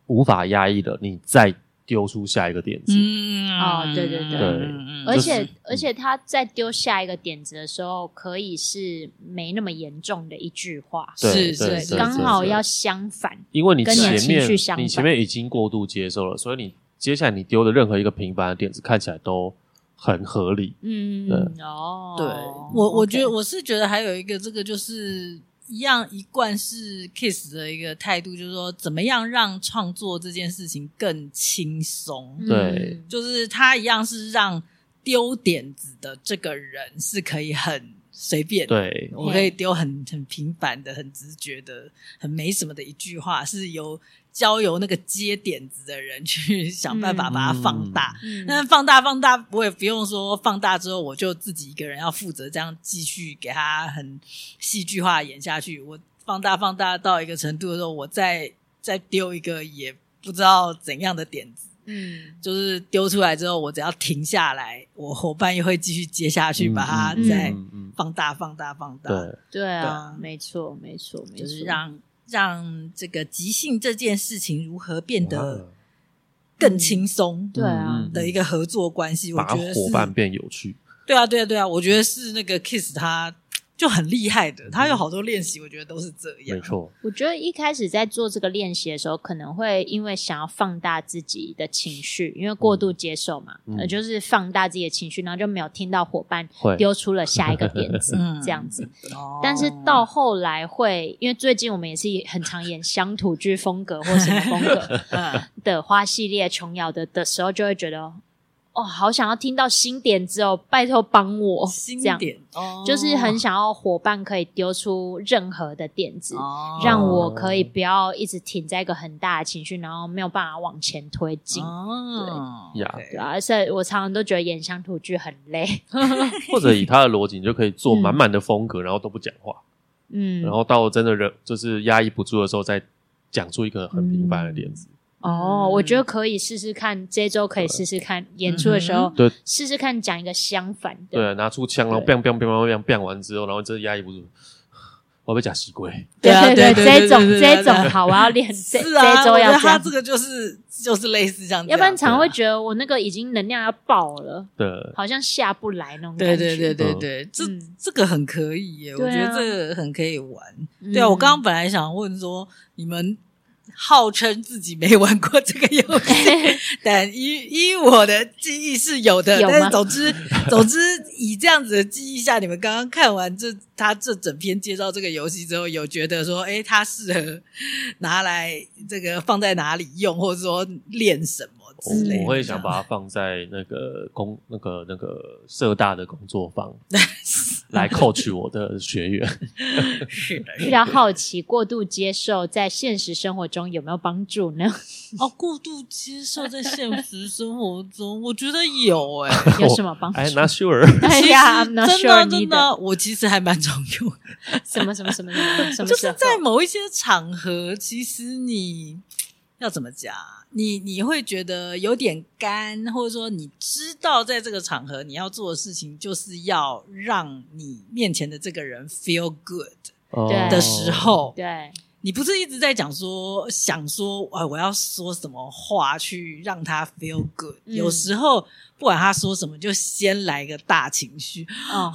无法压抑了，你再丢出下一个点子。 对对对，而且他在丢下一个点子的时候，可以是没那么严重的一句话， 是刚好要相反， 因为你跟你的情绪相反， 你前面已经过度接受了，所以你接下来你丢的任何一个平凡的点子看起来都很合理。 对，我觉得我是觉得还有一个这个就是一贯是 Kiss 的一个态度，就是说怎么样让创作这件事情更轻松。 对， 就是他一样是让丢点子的这个人是可以很随便的， 对， 我可以丢很平凡的、很直觉的、很没什么的一句话，是交由那个接点子的人去想办法把它放大。那放大，我也不用说放大之后我就自己一个人要负责这样继续给他很戏剧化演下去。我放大到一个程度的时候，我再丢一个也不知道怎样的点子。就是丢出来之后，我只要停下来，我伙伴也会继续接下去，把它再放大。 对啊，没错， 就是让这个即兴这件事情如何变得更轻松， 对啊的一个合作关系，我觉得是把伙伴变有趣。 对啊，我觉得是那个 Kiss 他就很厉害的，他有好多练习，我觉得都是这样。 没错， 我觉得一开始在做这个练习的时候，可能会因为想要放大自己的情绪，因为过度接受嘛，就是放大自己的情绪，然后就没有听到伙伴丢出了下一个点子，这样子。但是到后来会，因为最近我们也是很常演乡土剧风格或什么风格的花系列琼瑶的时候，就会觉得好想要听到新点子拜托帮我新这样点就是很想要伙伴可以丢出任何的点子让我可以不要一直停在一个很大的情绪，然后没有办法往前推进。对啊，所以我常常都觉得演乡土剧很累或者以他的逻辑，你就可以做满满的风格，然后都不讲话，然后到真的就是压抑不住的时候，再讲出一个很平凡的点子。 我觉得可以试试看，这周可以试试看演出的时候，试试看讲一个相反的。 对，拿出枪，然后 bang 完之后，然后真的压抑不住，我被假西龟。 对，这种好，我要练。这周要这样。 他这个就是类似这样， 要不然常会觉得我那个已经能量要爆了， 对， 好像下不来那种感觉。 对，这个很可以耶，我觉得这个很可以玩。对啊，我刚刚本来想问说你们号称自己没玩过这个游戏但依我的记忆是有的，但是总之以这样子的记忆下，你们刚刚看完他这整篇介绍这个游戏之后，有觉得说它适合拿来这个放在哪里用，或者说练什么之类的？ 我会想把它放在那个社大的工作坊来 coach 我的学员。 是的， 比较好奇过度接受在现实生活中有没有帮助呢？ 过度接受在现实生活中我觉得有有什么帮助？ I'm not sure I'm not sure 真的我其实还蛮常用的。 什么就是在某一些场合，其实你要怎么讲，你会觉得有点干，或者说你知道在这个场合你要做的事情就是要让你面前的这个人 feel good 的时候， 对， 你不是一直在想说我要说什么话去让他 feel good，有时候不管他说什么就先来个大情绪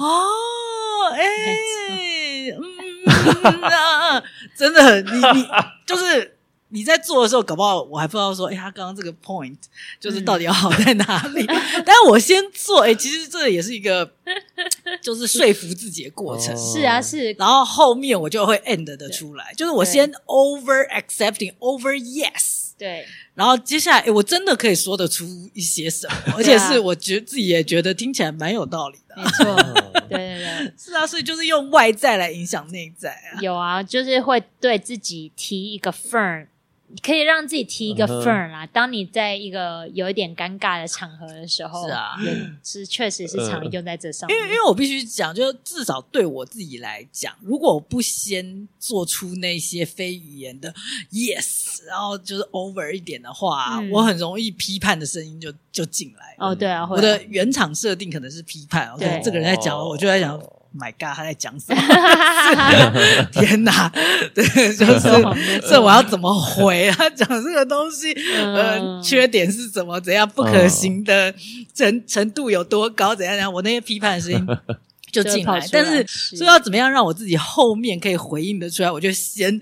真的你就是你在做的时候搞不好我还不知道说他刚刚这个 point 就是到底要好在哪里但是我先做其实这也是一个就是说服自己的过程是啊是， 然后后面我就会 end 的出来，就是我先 over accepting over yes， 对， 然后接下来我真的可以说得出一些什么而且是我觉得自己也觉得听起来蛮有道理的没错对是啊，所以就是用外在来影响内在有啊，就是会对自己提一个 firm，可以让自己提一个 firm 啦当你在一个有一点尴尬的场合的时候，是啊，是确实是常用在这上面因为我必须讲，就至少对我自己来讲，如果我不先做出那些非语言的 yes， 然后就是 over 一点的话我很容易批判的声音就进来对啊， 我的原厂设定可能是批判，对这个人在讲我就在想 My God， 他在讲什么？天哪！对，就是这我要怎么回？他讲这个东西，缺点是怎么？怎样不可行的程度有多高？怎样？我那些批判的声音就进来，但是说要怎么样让我自己后面可以回应得出来，我就先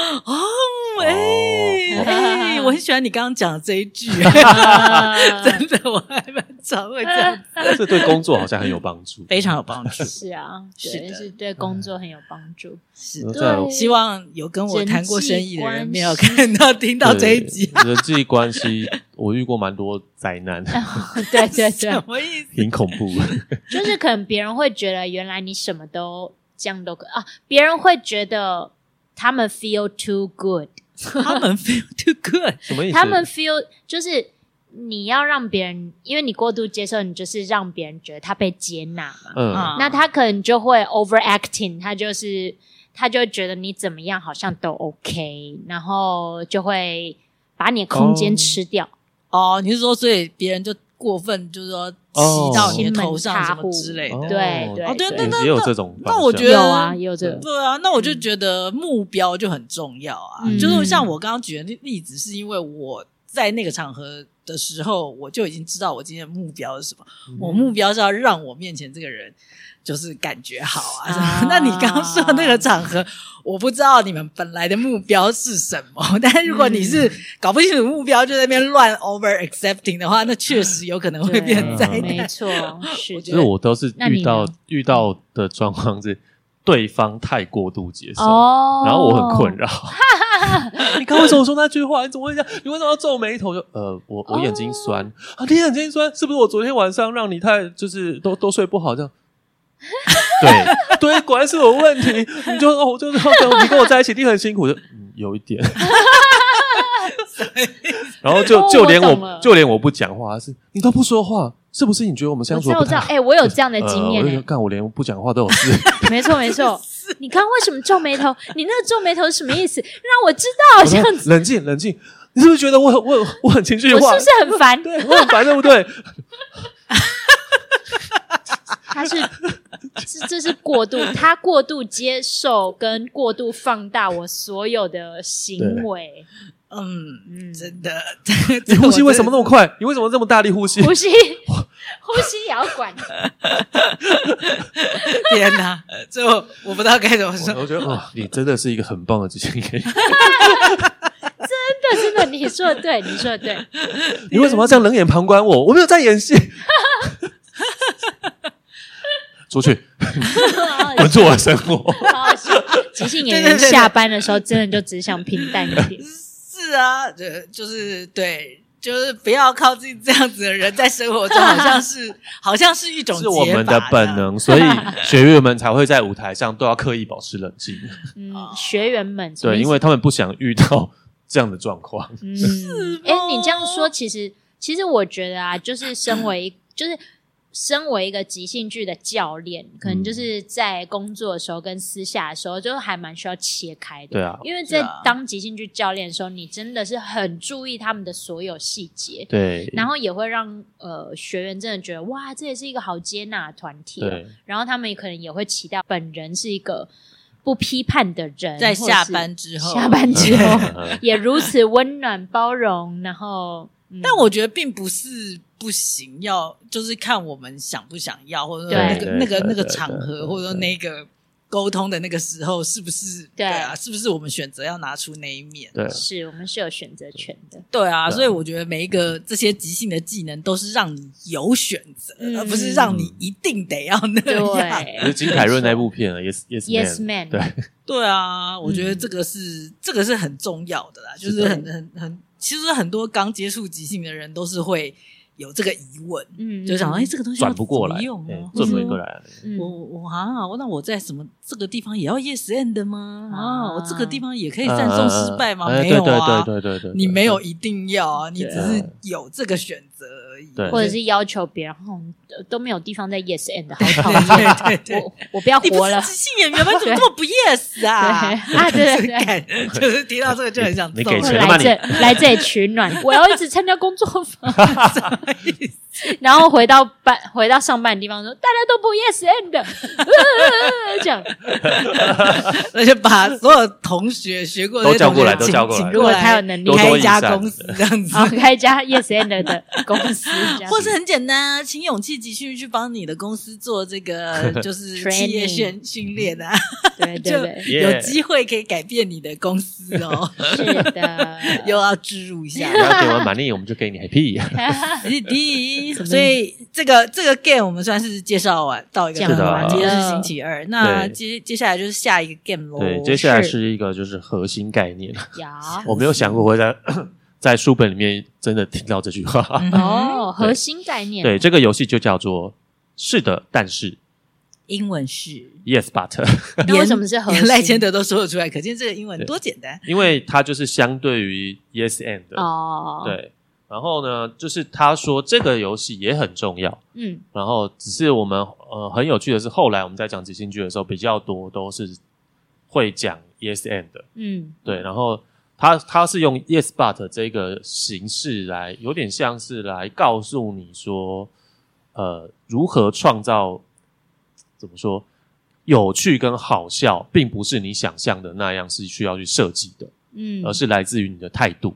我很喜欢你刚刚讲的这一句，真的我还蛮常会这样子。 这对工作好像很有帮助， 非常有帮助。 是啊，对，是对工作很有帮助。 是的，希望有跟我谈过生意的人没有听到这一集。 人际关系，我遇过蛮多灾难。 对对对， 什么意思？ 挺恐怖的。 就是可能别人会觉得，原来你什么都这样都可啊，别人会觉得他们 feel too good。 他们 feel too good 什么意思？ 他们 feel 就是你要让别人，因为你过度接受，你就是让别人觉得他被接纳嘛。那他可能就会 overacting， 他就觉得你怎么样好像都 OK， 然后就会把你的空间吃掉。 你是说所以别人就过分就是说骑到你的头上什么之类的？ 对对对，也有这种。 那我觉得有啊，也有这个。 对啊，那我就觉得目标就很重要啊。就是像我刚刚举的例子，是因为我在那个场合的时候，我就已经知道我今天的目标是什么。我目标是要让我面前这个人就是感觉好啊。那你刚刚说的那个场合，我不知道你们本来的目标是什么，但是如果你是搞不清楚目标就在那边乱 over accepting 的话，那确实有可能会变灾难。 没错，是。 所以我都是遇到的状况是对方太过度接受，然后我很困扰。你刚为什么说那句话？你怎么会这样？你为什么要皱眉头？就我眼睛酸啊！你眼睛酸是不是我昨天晚上让你太就是都睡不好这样？对，果然是有问题。你你跟我在一起一定很辛苦，有一点。然后就连我不讲话，是你都不说话，是不是？你觉得我们相处不太好？ 我有这样的经验。 我连不讲话都有事。 没错。你刚刚为什么皱眉头？你那个皱眉头是什么意思？让我知道这样子。 冷静。你是不是觉得我很情绪化？ 我是不是很烦？ 对，我很烦，对不对？ 这是过度，他过度接受跟过度放大我所有的行为。 真的。 你呼吸为什么那么快？你为什么这么大力呼吸？ 呼吸也要管。 天哪，这我不知道该怎么说。 我觉得你真的是一个很棒的执行员。 真的，你说的对。 你为什么要这样冷眼旁观我？我没有在演戏。出去，滚出我的生活。 即兴演员下班的时候，真的就只想平淡一点。 是啊，就是对，就是不要靠近这样子的人，在生活中好像是一种解法， 是我们的本能，所以学员们才会在舞台上都要刻意保持冷静。 学员们对，因为他们不想遇到这样的状况。 你这样说，其实我觉得啊，就是身为一个即兴剧的教练，可能就是在工作的时候跟私下的时候，就还蛮需要切开的。 对啊， 因为在当即兴剧教练的时候，你真的是很注意他们的所有细节。 对， 然后也会让学员真的觉得哇，这也是一个好接纳的团体。对，然后他们可能也会期待本人是一个不批判的人， 在下班之后也如此温暖包容，然后。 但我觉得并不是不行，就是看我们想不想要，或者说那个场合，或者说那个沟通的那个时候，是不是对啊？是不是我们选择要拿出那一面？ 对， 是我们是有选择权的。 对啊，所以我觉得每一个这些即兴的技能都是让你有选择，而不是让你一定得要那样。 就是金凯瑞那部片啊 ，Yes Man， 对啊，我觉得这个是很重要的啦，就是很。其实很多刚接触即兴的人都是会有这个疑问，就想这个东西要怎么用啊？ 转不过来， 那我在什么这个地方也要 yes and 吗？我这个地方也可以赞颂失败吗？没有啊，对，你没有一定要啊，你只是有这个选择而已， 或者是要求别人都没有地方在 yes and， 好讨厌，我不要活了。 你不是即兴演员吗？怎么这么不 yes 啊？ 对， 就是提到这个就很想揍。 你给钱了吗？ 来这里取暖，我要一直参加工作坊。 然后回到上班的地方说大家都不 yes and 这样而且把所有同学学过的都叫过来，都叫过来， 如果他有能力开一家公司这样子， 开一家 yes and 的公司这样， 或是很简单，请勇气集训去帮你的公司做这个就是企业训练啊， 对对对， 就有机会可以改变你的公司哦。 是的， 又要置入一下， 你要给完money，我们就给你 happy。 所以这个 game 我们算是介绍完到一个完， 今天是星期二，那接下来就是下一个 game 咯。 对，接下来是一个就是核心概念。我没有想过会在书本里面真的听到这句话。 核心概念。 对，这个游戏就叫做是的，但是。 英文是 Yes but 那为什么是核心？ 赖千德都说得出来，可见这个英文多简单。 因为它就是相对于 Yes and 对，然后呢就是他说这个游戏也很重要，然后只是我们很有趣的是后来我们在讲即兴剧的时候比较多都是会讲 Yes and 对，然后他是用 Yes but 这个形式来有点像是来告诉你说如何创造怎么说有趣跟好笑并不是你想象的那样是需要去设计的，而是来自于你的态度。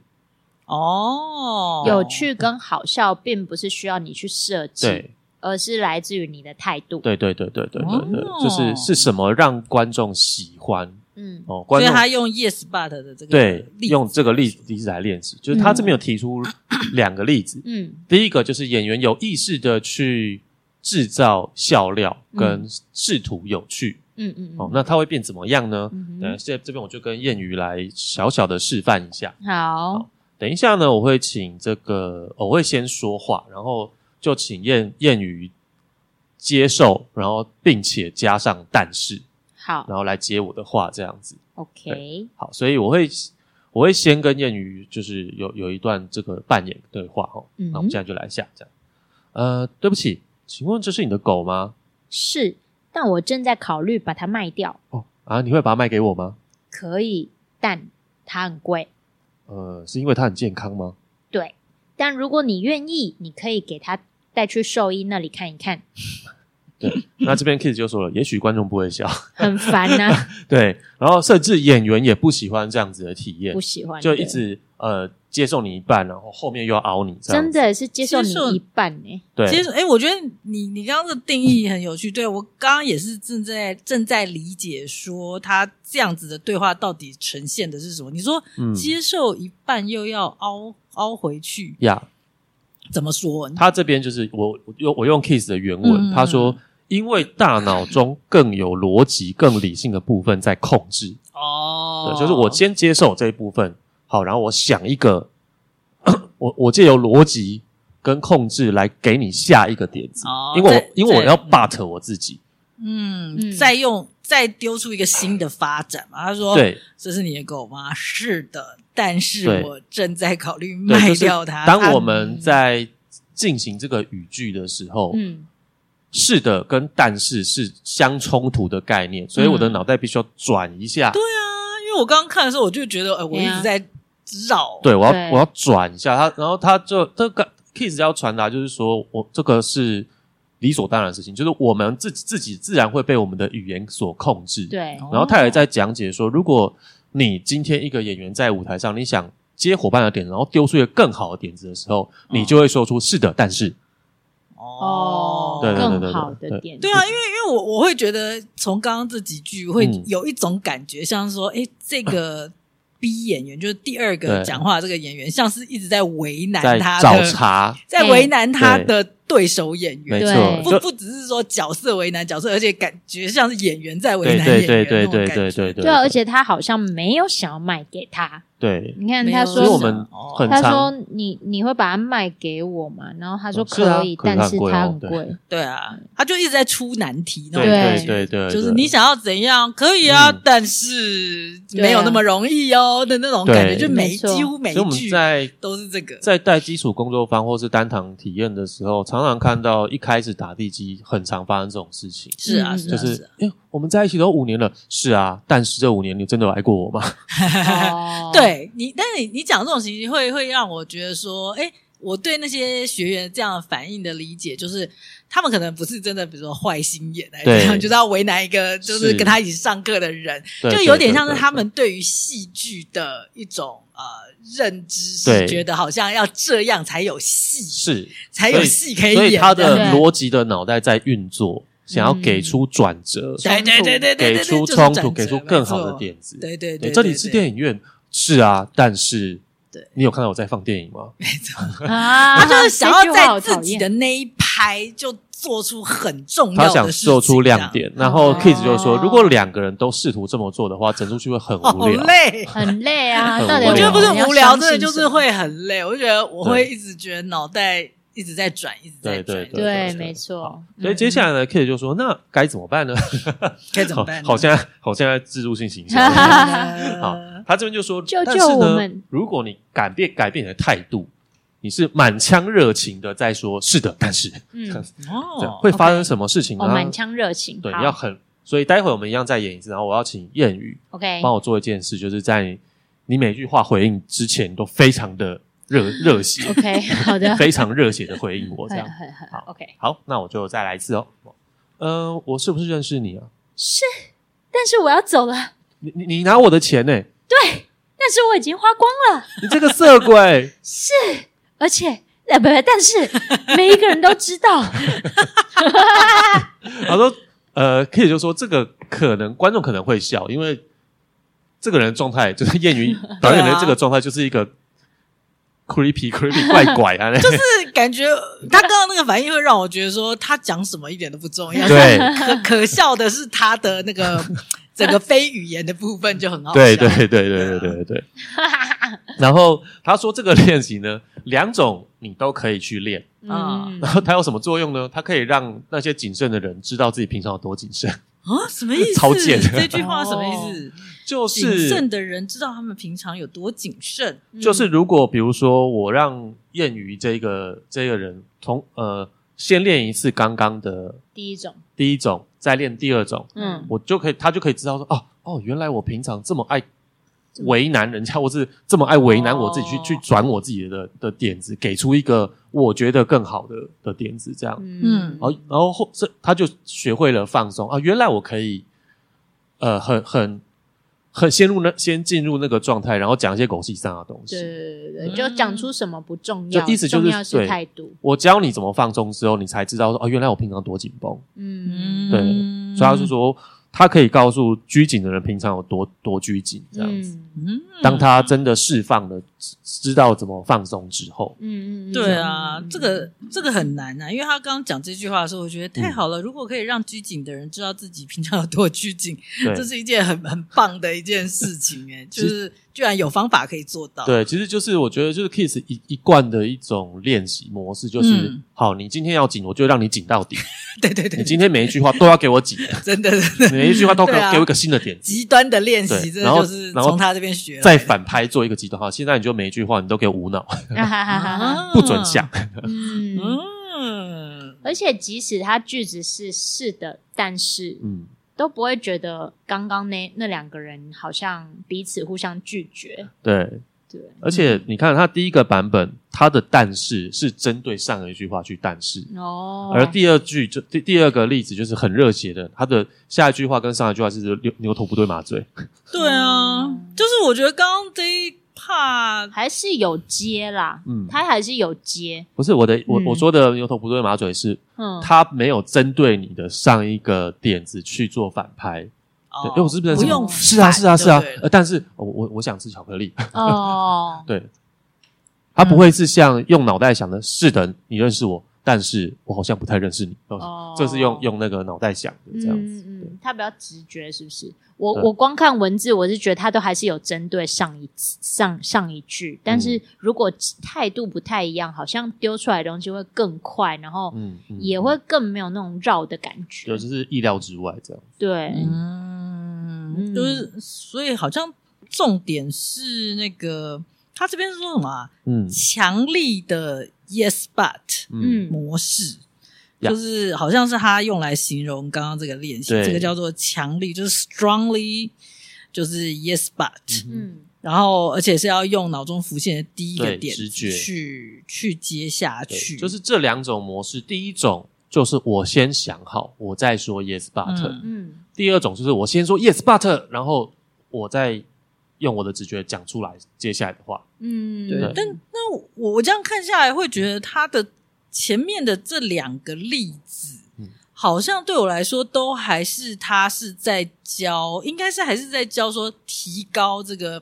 有趣跟好笑并不是需要你去设计，对，而是来自于你的态度。 对，就是什么让观众喜欢。 所以他用 yes but 的这个对，用这个例子来练习，就是他这边有提出两个例子。第一个就是演员有意识的去制造笑料跟试图有趣，那它会变怎么样呢？这边我就跟谚语来小小的示范一下。 好， 等一下呢，我会请我会先说话，然后就请谚语接受，然后并且加上但是， 好， 然后来接我的话，这样子。 OK， 好，所以我会先跟谚语就是有一段这个扮演对话那我们现在就来下这样。对不起。请问这是你的狗吗？ 是，但我正在考虑把它卖掉。 你会把它卖给我吗？ 可以，但它很贵。 是因为它很健康吗？ 对，但如果你愿意，你可以给它带去兽医那里看一看。 对，那这边 Kiss 就说了，也许观众不会笑， 很烦啊。 对，然后甚至演员也不喜欢这样子的体验， 不喜欢， 就一直接受你一半，然后后面又要凹你， 真的是接受你一半对， 我觉得你刚刚的定义很有趣，对，我刚刚也是正在理解说他这样子的对话到底呈现的是什么。你说接受一半又要凹回去呀， 怎么说？ 他这边就是我用 Kiss 的原文，他说因为大脑中更有逻辑更理性的部分在控制。对，就是我先接受这一部分，好，然后我想一个我借由逻辑跟控制来给你下一个点子，因为我要 but 我自己， 再丢出一个新的发展嘛。他说，对，这是你的狗吗？是的，但是我正在考虑卖掉它。 当我们在进行这个语句的时候，是的跟但是是相冲突的概念，所以我的脑袋必须要转一下。 对啊，因为我刚刚看的时候，我就觉得，我一直在绕。 对，我要转一下它，然后他就这个 Kiss 要传达就是说，我这个是理所当然的事情，就是我们自己自然会被我们的语言所控制。 对， 然后他也在讲解说，如果你今天一个演员在舞台上，你想接伙伴的点子，然后丢出一个更好的点子的时候，你就会说出是的，但是。对， 更好的点。 对啊，因为我会觉得从刚刚这几句会有一种感觉，像是说，这个 B 演员就是第二个讲话的这个演员，像是一直在为难他的， 在找茬， 在为难他的对手演员。 没错， 不只是说角色为难角色，而且感觉像是演员在为难演员。 对， 而且他好像没有想要卖给他。 对， 你看他说， 我们他说你会把它卖给我吗？然后他说可以，但是它很贵。 对啊，他就一直在出难题那种感觉。对， 就是你想要怎样可以啊，但是没有那么容易哦的那种感觉，就几乎每一句都是这个。 在带基础工作坊或是单堂体验的时候，常常看到一开始打地基很常发生这种事情。 是啊， 就是我们在一起都5年了，是啊，但是这5年你真的有爱过我吗？ 对。但是你讲这种情形会让我觉得说， 我对那些学员这样反应的理解，就是他们可能不是真的，比如说坏心眼来这样，就是要为难一个就是跟他一起上课的人，就有点像是他们对于戏剧的一种认知，是觉得好像要这样才有戏， 是才有戏可以演， 所以他的逻辑的脑袋在运作。想要给出转折， 对， 给出冲突，给出更好的点子。 对， 这里是电影院，是啊，但是你有看到我在放电影吗？ 没错，他就是想要在自己的那一拍就做出很重要的事情， 他想做出亮点。然后 Kids 就说，如果2个人都试图这么做的话，整出去会很无聊， 很累啊。我觉得不是无聊，真的就是会很累。我就觉得我会一直觉得脑袋一直在转，一直在转。 对，没错。 所以接下来呢 ，Kid 就说：“那该怎么办呢？ 该怎么办呢？ 好像在置入性形象。好，他这边就说： 救救我们！ 如果你改变你的态度，你是满腔热情的在说是的，但是会发生什么事情呢？ 满腔热情， 对，要很。所以待会我们一样再演一次，然后我要请谚语 ，OK， 帮我做一件事，就是在你每句话回应之前都非常的。”热血 ，OK， 好的， 非常热血的回应我这样， 好 ，OK， 好，那我就再来一次哦。我是不是认识你啊？ 是，但是我要走了。 你拿我的钱呢？ 对，但是我已经花光了。 你这个色鬼！ 是，而且但是每一个人都知道。 他说，Kid 就说这个可能观众可能会笑，因为这个人的状态就是谚语导演的这个状态就是一个。creepy 怪啊， 就是感觉他刚刚那个反应会让我觉得说他讲什么一点都不重要， 对， 可笑的是他的那个整个非语言的部分就很好笑， 对。然后他说这个练习呢，2种你都可以去练然后它有什么作用呢？它可以让那些谨慎的人知道自己平常有多谨慎什么意思？ 超贱这句话什么意思？ 就是谨慎的人知道他们平常有多谨慎。 就是如果比如说我让谚语这个人先练一次刚刚的第一种，再练第2种，他就可以知道说哦，原来我平常这么爱为难人家，或是这么爱为难我自己去转我自己的点子，给出一个我觉得更好的点子，这样，然后他就学会了放松原来我可以先进入那个状态，然后讲一些狗屁上的东西。 对，就讲出什么不重要， 就意思就是重要是态度。 我教你怎么放松之后，你才知道说原来我平常多紧绷。对，所以他是说他可以告诉拘谨的人平常有多拘谨这样子。当他真的释放了，知道怎么放松之后， 对啊，这个很难啊，因为他刚刚讲这句话的时候，我觉得太好了。如果可以让拘谨的人知道自己平常有多拘谨，这是一件很棒的一件事情就是居然有方法可以做到。 对，其实就是我觉得就是 Kids 一贯的一种练习模式，就是好，你今天要紧，我就让你紧到底。 对， 你今天每一句话都要给我紧， 真的， 每一句话都给我一个新的点子。 极端的练习，真的就是从他这边学。 再反拍做一个极端，好，现在你就每一句话你都给我无脑，不准想。 而且即使他句子是的，但是都不会觉得刚刚那2个人好像彼此互相拒绝。 对，而且你看他第一个版本，他的但是是针对上一句话去但是而第二个例子就是很热血的，他的下一句话跟上一句话是牛头不对马嘴。 对啊，就是我觉得刚刚这一怕还是有接啦，他还是有接。 不是我说的牛头不对马嘴是，他没有针对你的上一个点子去做反拍。对，我是不是不用是啊，但是我想吃巧克力对，他不会是像用脑袋想的，是的，你认识我，但是我好像不太认识你这是用那个脑袋想的这样子。 他比较直觉，是不是？我光看文字，我是觉得他都还是有针对上一句，但是如果态度不太一样，好像丢出来的东西会更快，然后也会更没有那种绕的感觉， 就是意料之外这样。 对， 就是所以好像重点是那个他这边是说什么啊？强力的 yes but 模式。就是好像是他用来形容刚刚这个练习，这个叫做强力，就是 strongly， 就是 yes but。 然后而且是要用脑中浮现的第一个点直觉去接下去， 就是这2种模式。第一种就是我先想好，我再说 yes but，第二种就是我先说 yes but， 然后我再用我的直觉讲出来接下来的话。 对。但那我这样看下来，会觉得他的前面的这2个例子，好像对我来说都还是他是在教，应该是还是在教说提高这个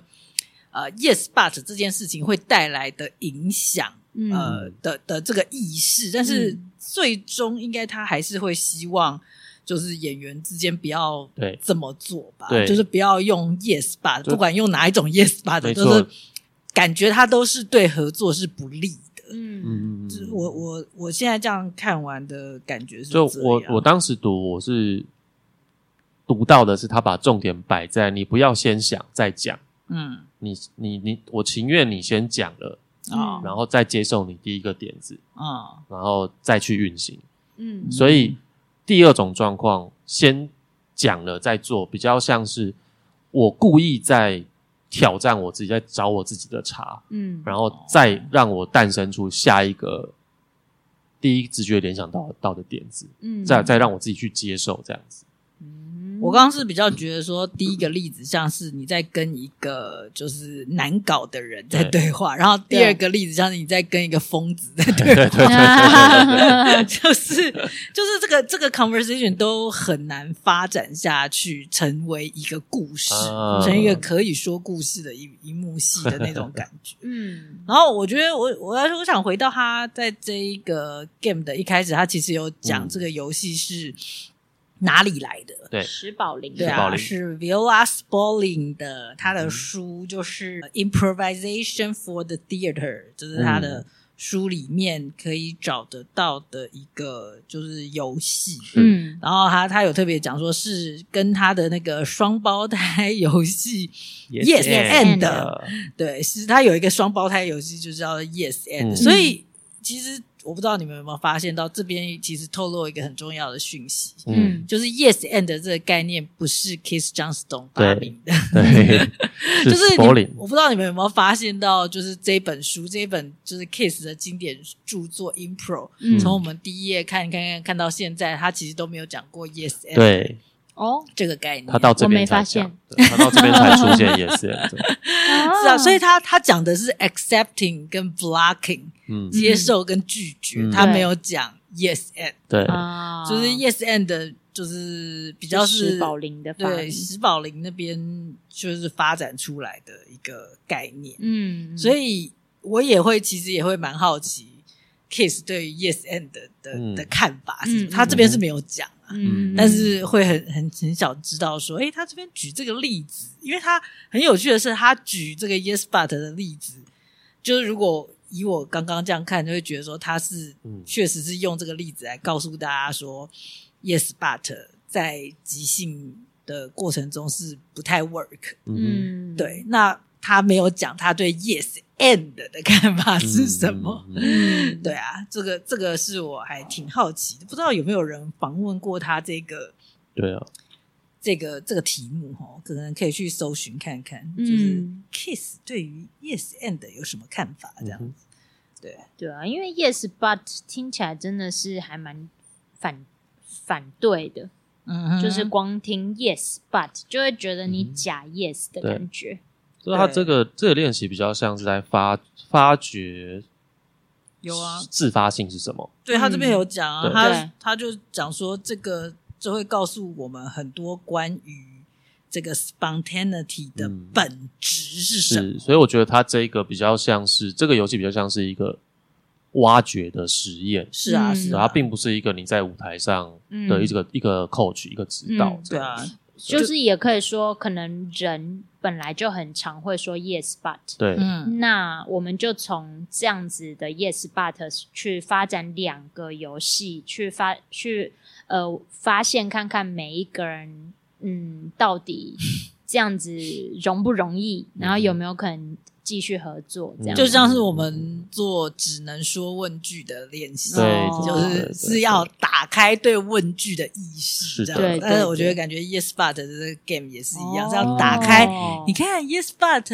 yes but 这件事情会带来的影响，的这个意识，但是最终应该他还是会希望就是演员之间不要这么做吧，就是不要用 yes but， 不管用哪一种 yes but， 就是感觉他都是对合作是不利的。我现在这样看完的感觉是这样， 就我当时读，我是读到的是他把重点摆在你不要先想再讲，我情愿你先讲了，然后再接受你第一个点子，然后再去运行。所以第二种状况先讲了再做，比较像是我故意在挑战我自己，在找我自己的茬，然后再让我诞生出下一个第一直觉联想到的点子，再让我自己去接受这样子。 我刚刚是比较觉得说，第一个例子像是你在跟一个就是难搞的人在对话，然后第二个例子像是你在跟一个疯子在对话，就是这个 conversation 都很难发展下去，成为一个故事，成一个可以说故事的一幕戏的那种感觉。然后我觉得我想回到他在这一个 game 的一开始，他其实有讲这个游戏是哪里来的？ 对， 石宝林， 对啊，是 Viola Spolin 的，他的书就是Improvisation for the Theater， 就是他的书里面可以找得到的一个就是游戏。然后他有特别讲说是跟他的那个双胞胎游戏 Yes and， 对，是他有一个双胞胎游戏就叫 Yes and，所以其实我不知道你们有没有发现到这边其实透露一个很重要的讯息，就是 yes and 这个概念不是 Keith Johnstone 发明的， 对， 就是我不知道你们有没有发现到，就是这本就是 Keith 的经典著作 Impro，从我们第一页看到现在，他其实都没有讲过 yes and， 对。 这个概念他到这边才讲，他到这边才出现yes and， 是啊，所以他讲的是 accepting 跟 blocking，接受跟拒绝，他没有讲 yes and， 对， 就是 yes and 就是比较是石宝林的发明， 对，石宝林那边就是发展出来的一个概念，所以我其实也会蛮好奇 Keith 对于 yes and 的看法是什么，他这边是没有讲。但是会很想知道说，他这边举这个例子，因为他很有趣的是，他举这个 yes but 的例子，就是如果以我刚刚这样看，就会觉得说他是确实是用这个例子来告诉大家说 yes but 在即兴的过程中是不太 work，对，那他没有讲他对 yes and 的看法是什么，对啊，这个是我还挺好奇的，不知道有没有人访问过他这个， 对啊， 这个题目可能可以去搜寻看看，就是 Keith 对于 yes and 有什么看法这样子， 对啊，因为 yes but 听起来真的是还蛮反对的，就是光听 yes but 就会觉得你假 yes 的感觉。 所以他这个练习比较像是在发掘， 有啊， 自发性是什么？ 对，他这边有讲啊，他就讲说这个就会告诉我们很多关于这个 spontaneity 的本质是什么。 所以我觉得他这个比较像是这个游戏比较像是一个挖掘的实验， 是啊， 它并不是一个你在舞台上的一个 coach 一个指导， 对啊。 就是也可以说可能人本来就很常会说 yes but， 对， 那我们就从这样子的 yes but 去发展2个游戏，去发现看看每一个人到底这样子容不容易，然后有没有可能继续合作，这样就像是我们做只能说问句的练习，就是要打开对问句的意识，这样。但是我觉得感觉 yes but 这个 game 也是一样，是要打开。你看 yes but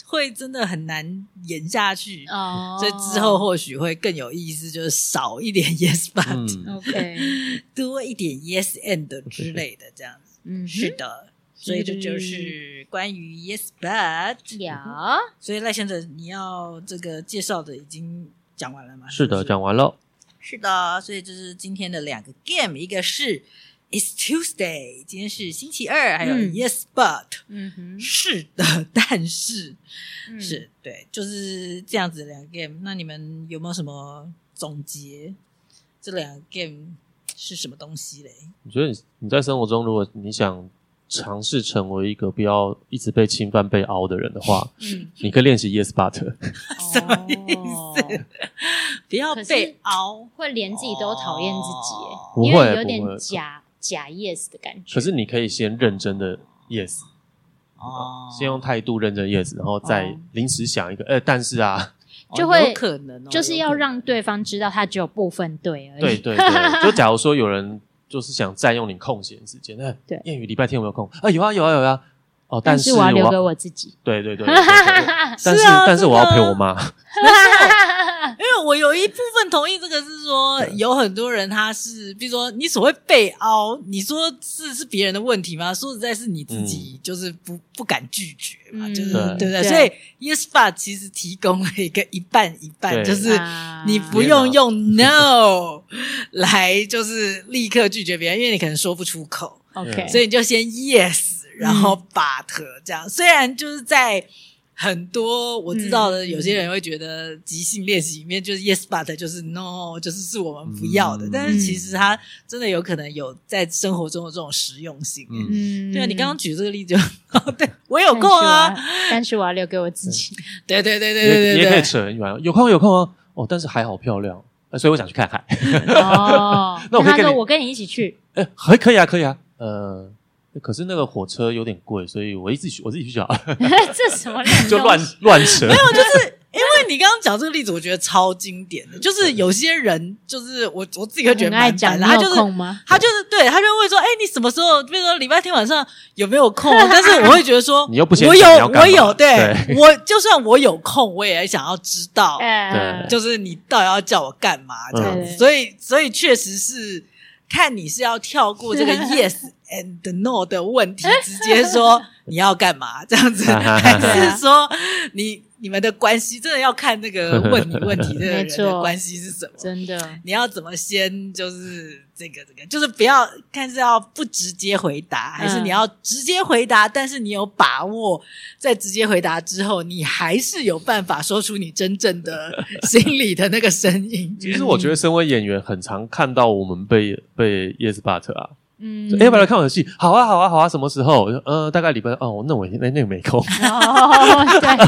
会真的很难演下去所以之后或许会更有意思，就是少一点 yes but OK 多一点 yes and 之类的这样子是的，所以这就是关于 yes but 所以赖先生你要这个介绍的已经讲完了吗？ 是的，讲完了。 是的，所以这是今天的2个 game， 一个是 It's Tuesday， 今天是星期二，还有 Yes But， 是的，但是是对，就是这样子的2个 game。那你们有没有什么总结？这2个 game 是什么东西嘞？ 我觉得你在生活中，如果你想尝试成为一个不要一直被侵犯被凹的人的话你可以练习 yes but 什么意思不要被凹会连自己都讨厌自己不会因为有点假 yes 的感觉。 可是你可以先认真的 yes 先用态度认真 yes 然后再临时想一个但是啊就会有可能就是要让对方知道他只有部分对而已。 对对对就假如说有人就是想占用你空闲时间对谚语礼拜天有没有空有啊有啊有啊但是我要留给我自己。 对对对但是我要陪我妈因为我有一部分同意这个是说有很多人他是比如说你所谓被凹你说是别人的问题吗？说实在是你自己就是不敢拒绝嘛就是对不对？所以 yes but 其实提供了一个一半一半就是你不用 no 来就是立刻拒绝别人因为你可能说不出口 OK 所以你就先 yes 然后 but 这样虽然就是在很多我知道的有些人会觉得即兴练习里面就是 yes but 就是 no 就是我们不要的但是其实它真的有可能有在生活中的这种实用性对啊你刚刚举这个例子对我有空但是我要留给我自己对对对对对对你也可以扯很远有空但是海好漂亮所以我想去看海那他说我跟你一起去可以啊可是那个火车有点贵，所以我自己去就好了。 这什么就乱扯？ 没有，就是因为你刚刚讲这个例子，我觉得超经典的。就是有些人，就是我自己会觉得蛮烦的。他就是他就会说，你什么时候？比如说礼拜天晚上有没有空？但是我会觉得说， 你又不先我有，对我就算我有空，我也想要知道，就是你到底要叫我干嘛这样子。所以确实是。看你是要跳过这个 yes and no 的问题直接说你要干嘛这样子还是说你们的关系真的要看那个问你问题这个人的关系是什么真的你要怎么先就是这个就是不要看是要不直接回答还是你要直接回答但是你有把握在直接回答之后你还是有办法说出你真正的心里的那个声音其实我觉得身为演员很常看到我们被 yes but 啊要不要来看我的戏？好啊，什么时候？大概礼拜那我那个没空。 对，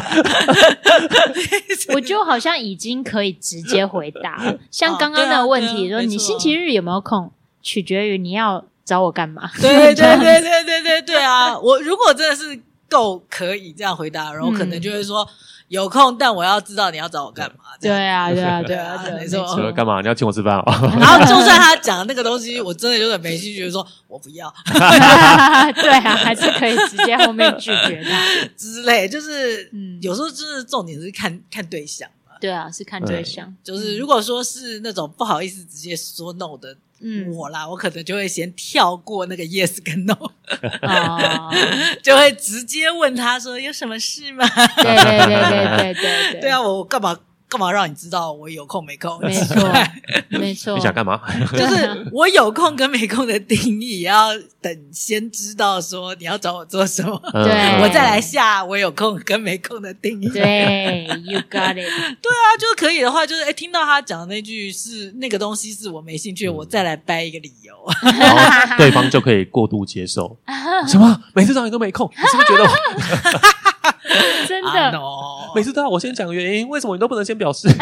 我就好像已经可以直接回答了。像刚刚那个问题说，你星期日有没有空？取决于你要找我干嘛。 对啊！我如果真的是够可以这样回答，然后可能就会说。有空，但我要知道你要找我干嘛。 对啊， 没错。 干嘛？你要请我吃饭然后就算他讲的那个东西，我真的有点没兴趣，说我不要。 对啊，还是可以直接后面拒绝他之类。就是有时候真的重点是看对象嘛。 对啊，是看对象。 就是如果说是那种不好意思直接说 no 的。我可能就会先跳过那个 yes 跟 no 就会直接问他说有什么事吗对对啊我干嘛让你知道我有空没空没错你想干嘛就是我有空跟没空的定义也要等先知道说你要找我做什么对我再来下我有空跟没空的定义对 you got it 对啊就是可以的话就是听到他讲的那句是那个东西是我没兴趣我再来掰一个理由然后对方就可以过度接受什么每次找你都没空你是不是觉得我真的每次都要我先讲原因为什么你都不能先表示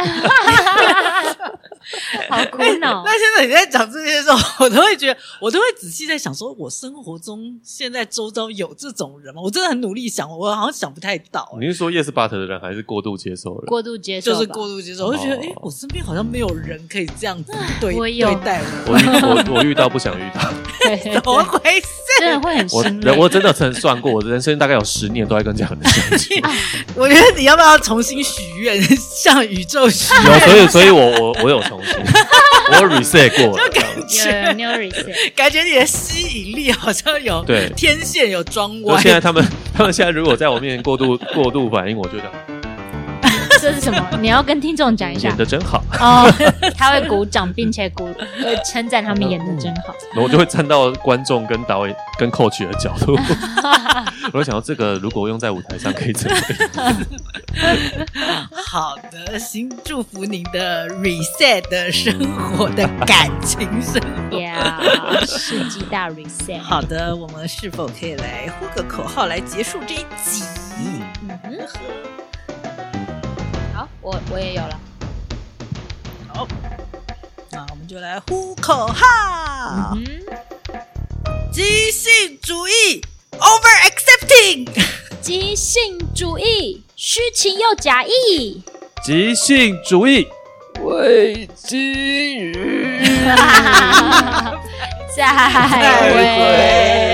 好苦恼那现在你在讲这些时候我都会仔细在想说我生活中现在周遭有这种人吗我真的很努力想我好像想不太到你是说 yes but 的人还是过度接受的人过度接受就是过度接受我就觉得我身边好像没有人可以这样子对待我遇到不想遇到怎么回事真的会很心累。 我真的曾算过，我的人生大概有10年都在跟这样的人相处。 我觉得你要不要重新许愿，向宇宙许愿？ 有，所以我有重新，我 reset 过了， 有 new reset， 感觉你的吸引力好像有天线有装歪。 现在他们现在如果在我面前过度反应，我觉得这是什么？你要跟听众讲一下。 演得真好哦，他会鼓掌，并且称赞他们演得真好。 我就会站到观众跟导演跟 coach 的角度，我就想到这个如果用在舞台上可以怎么样？ 好的，请祝福您的 reset 的生活的感情生活。 世纪大 reset。 好的，我们是否可以来呼个口号来结束这一集？ 好，我也有了。 好，那我们就来呼口号。即兴主义 over accepting， 即兴主义虚情又假意， 即兴主义为金鱼， 再会。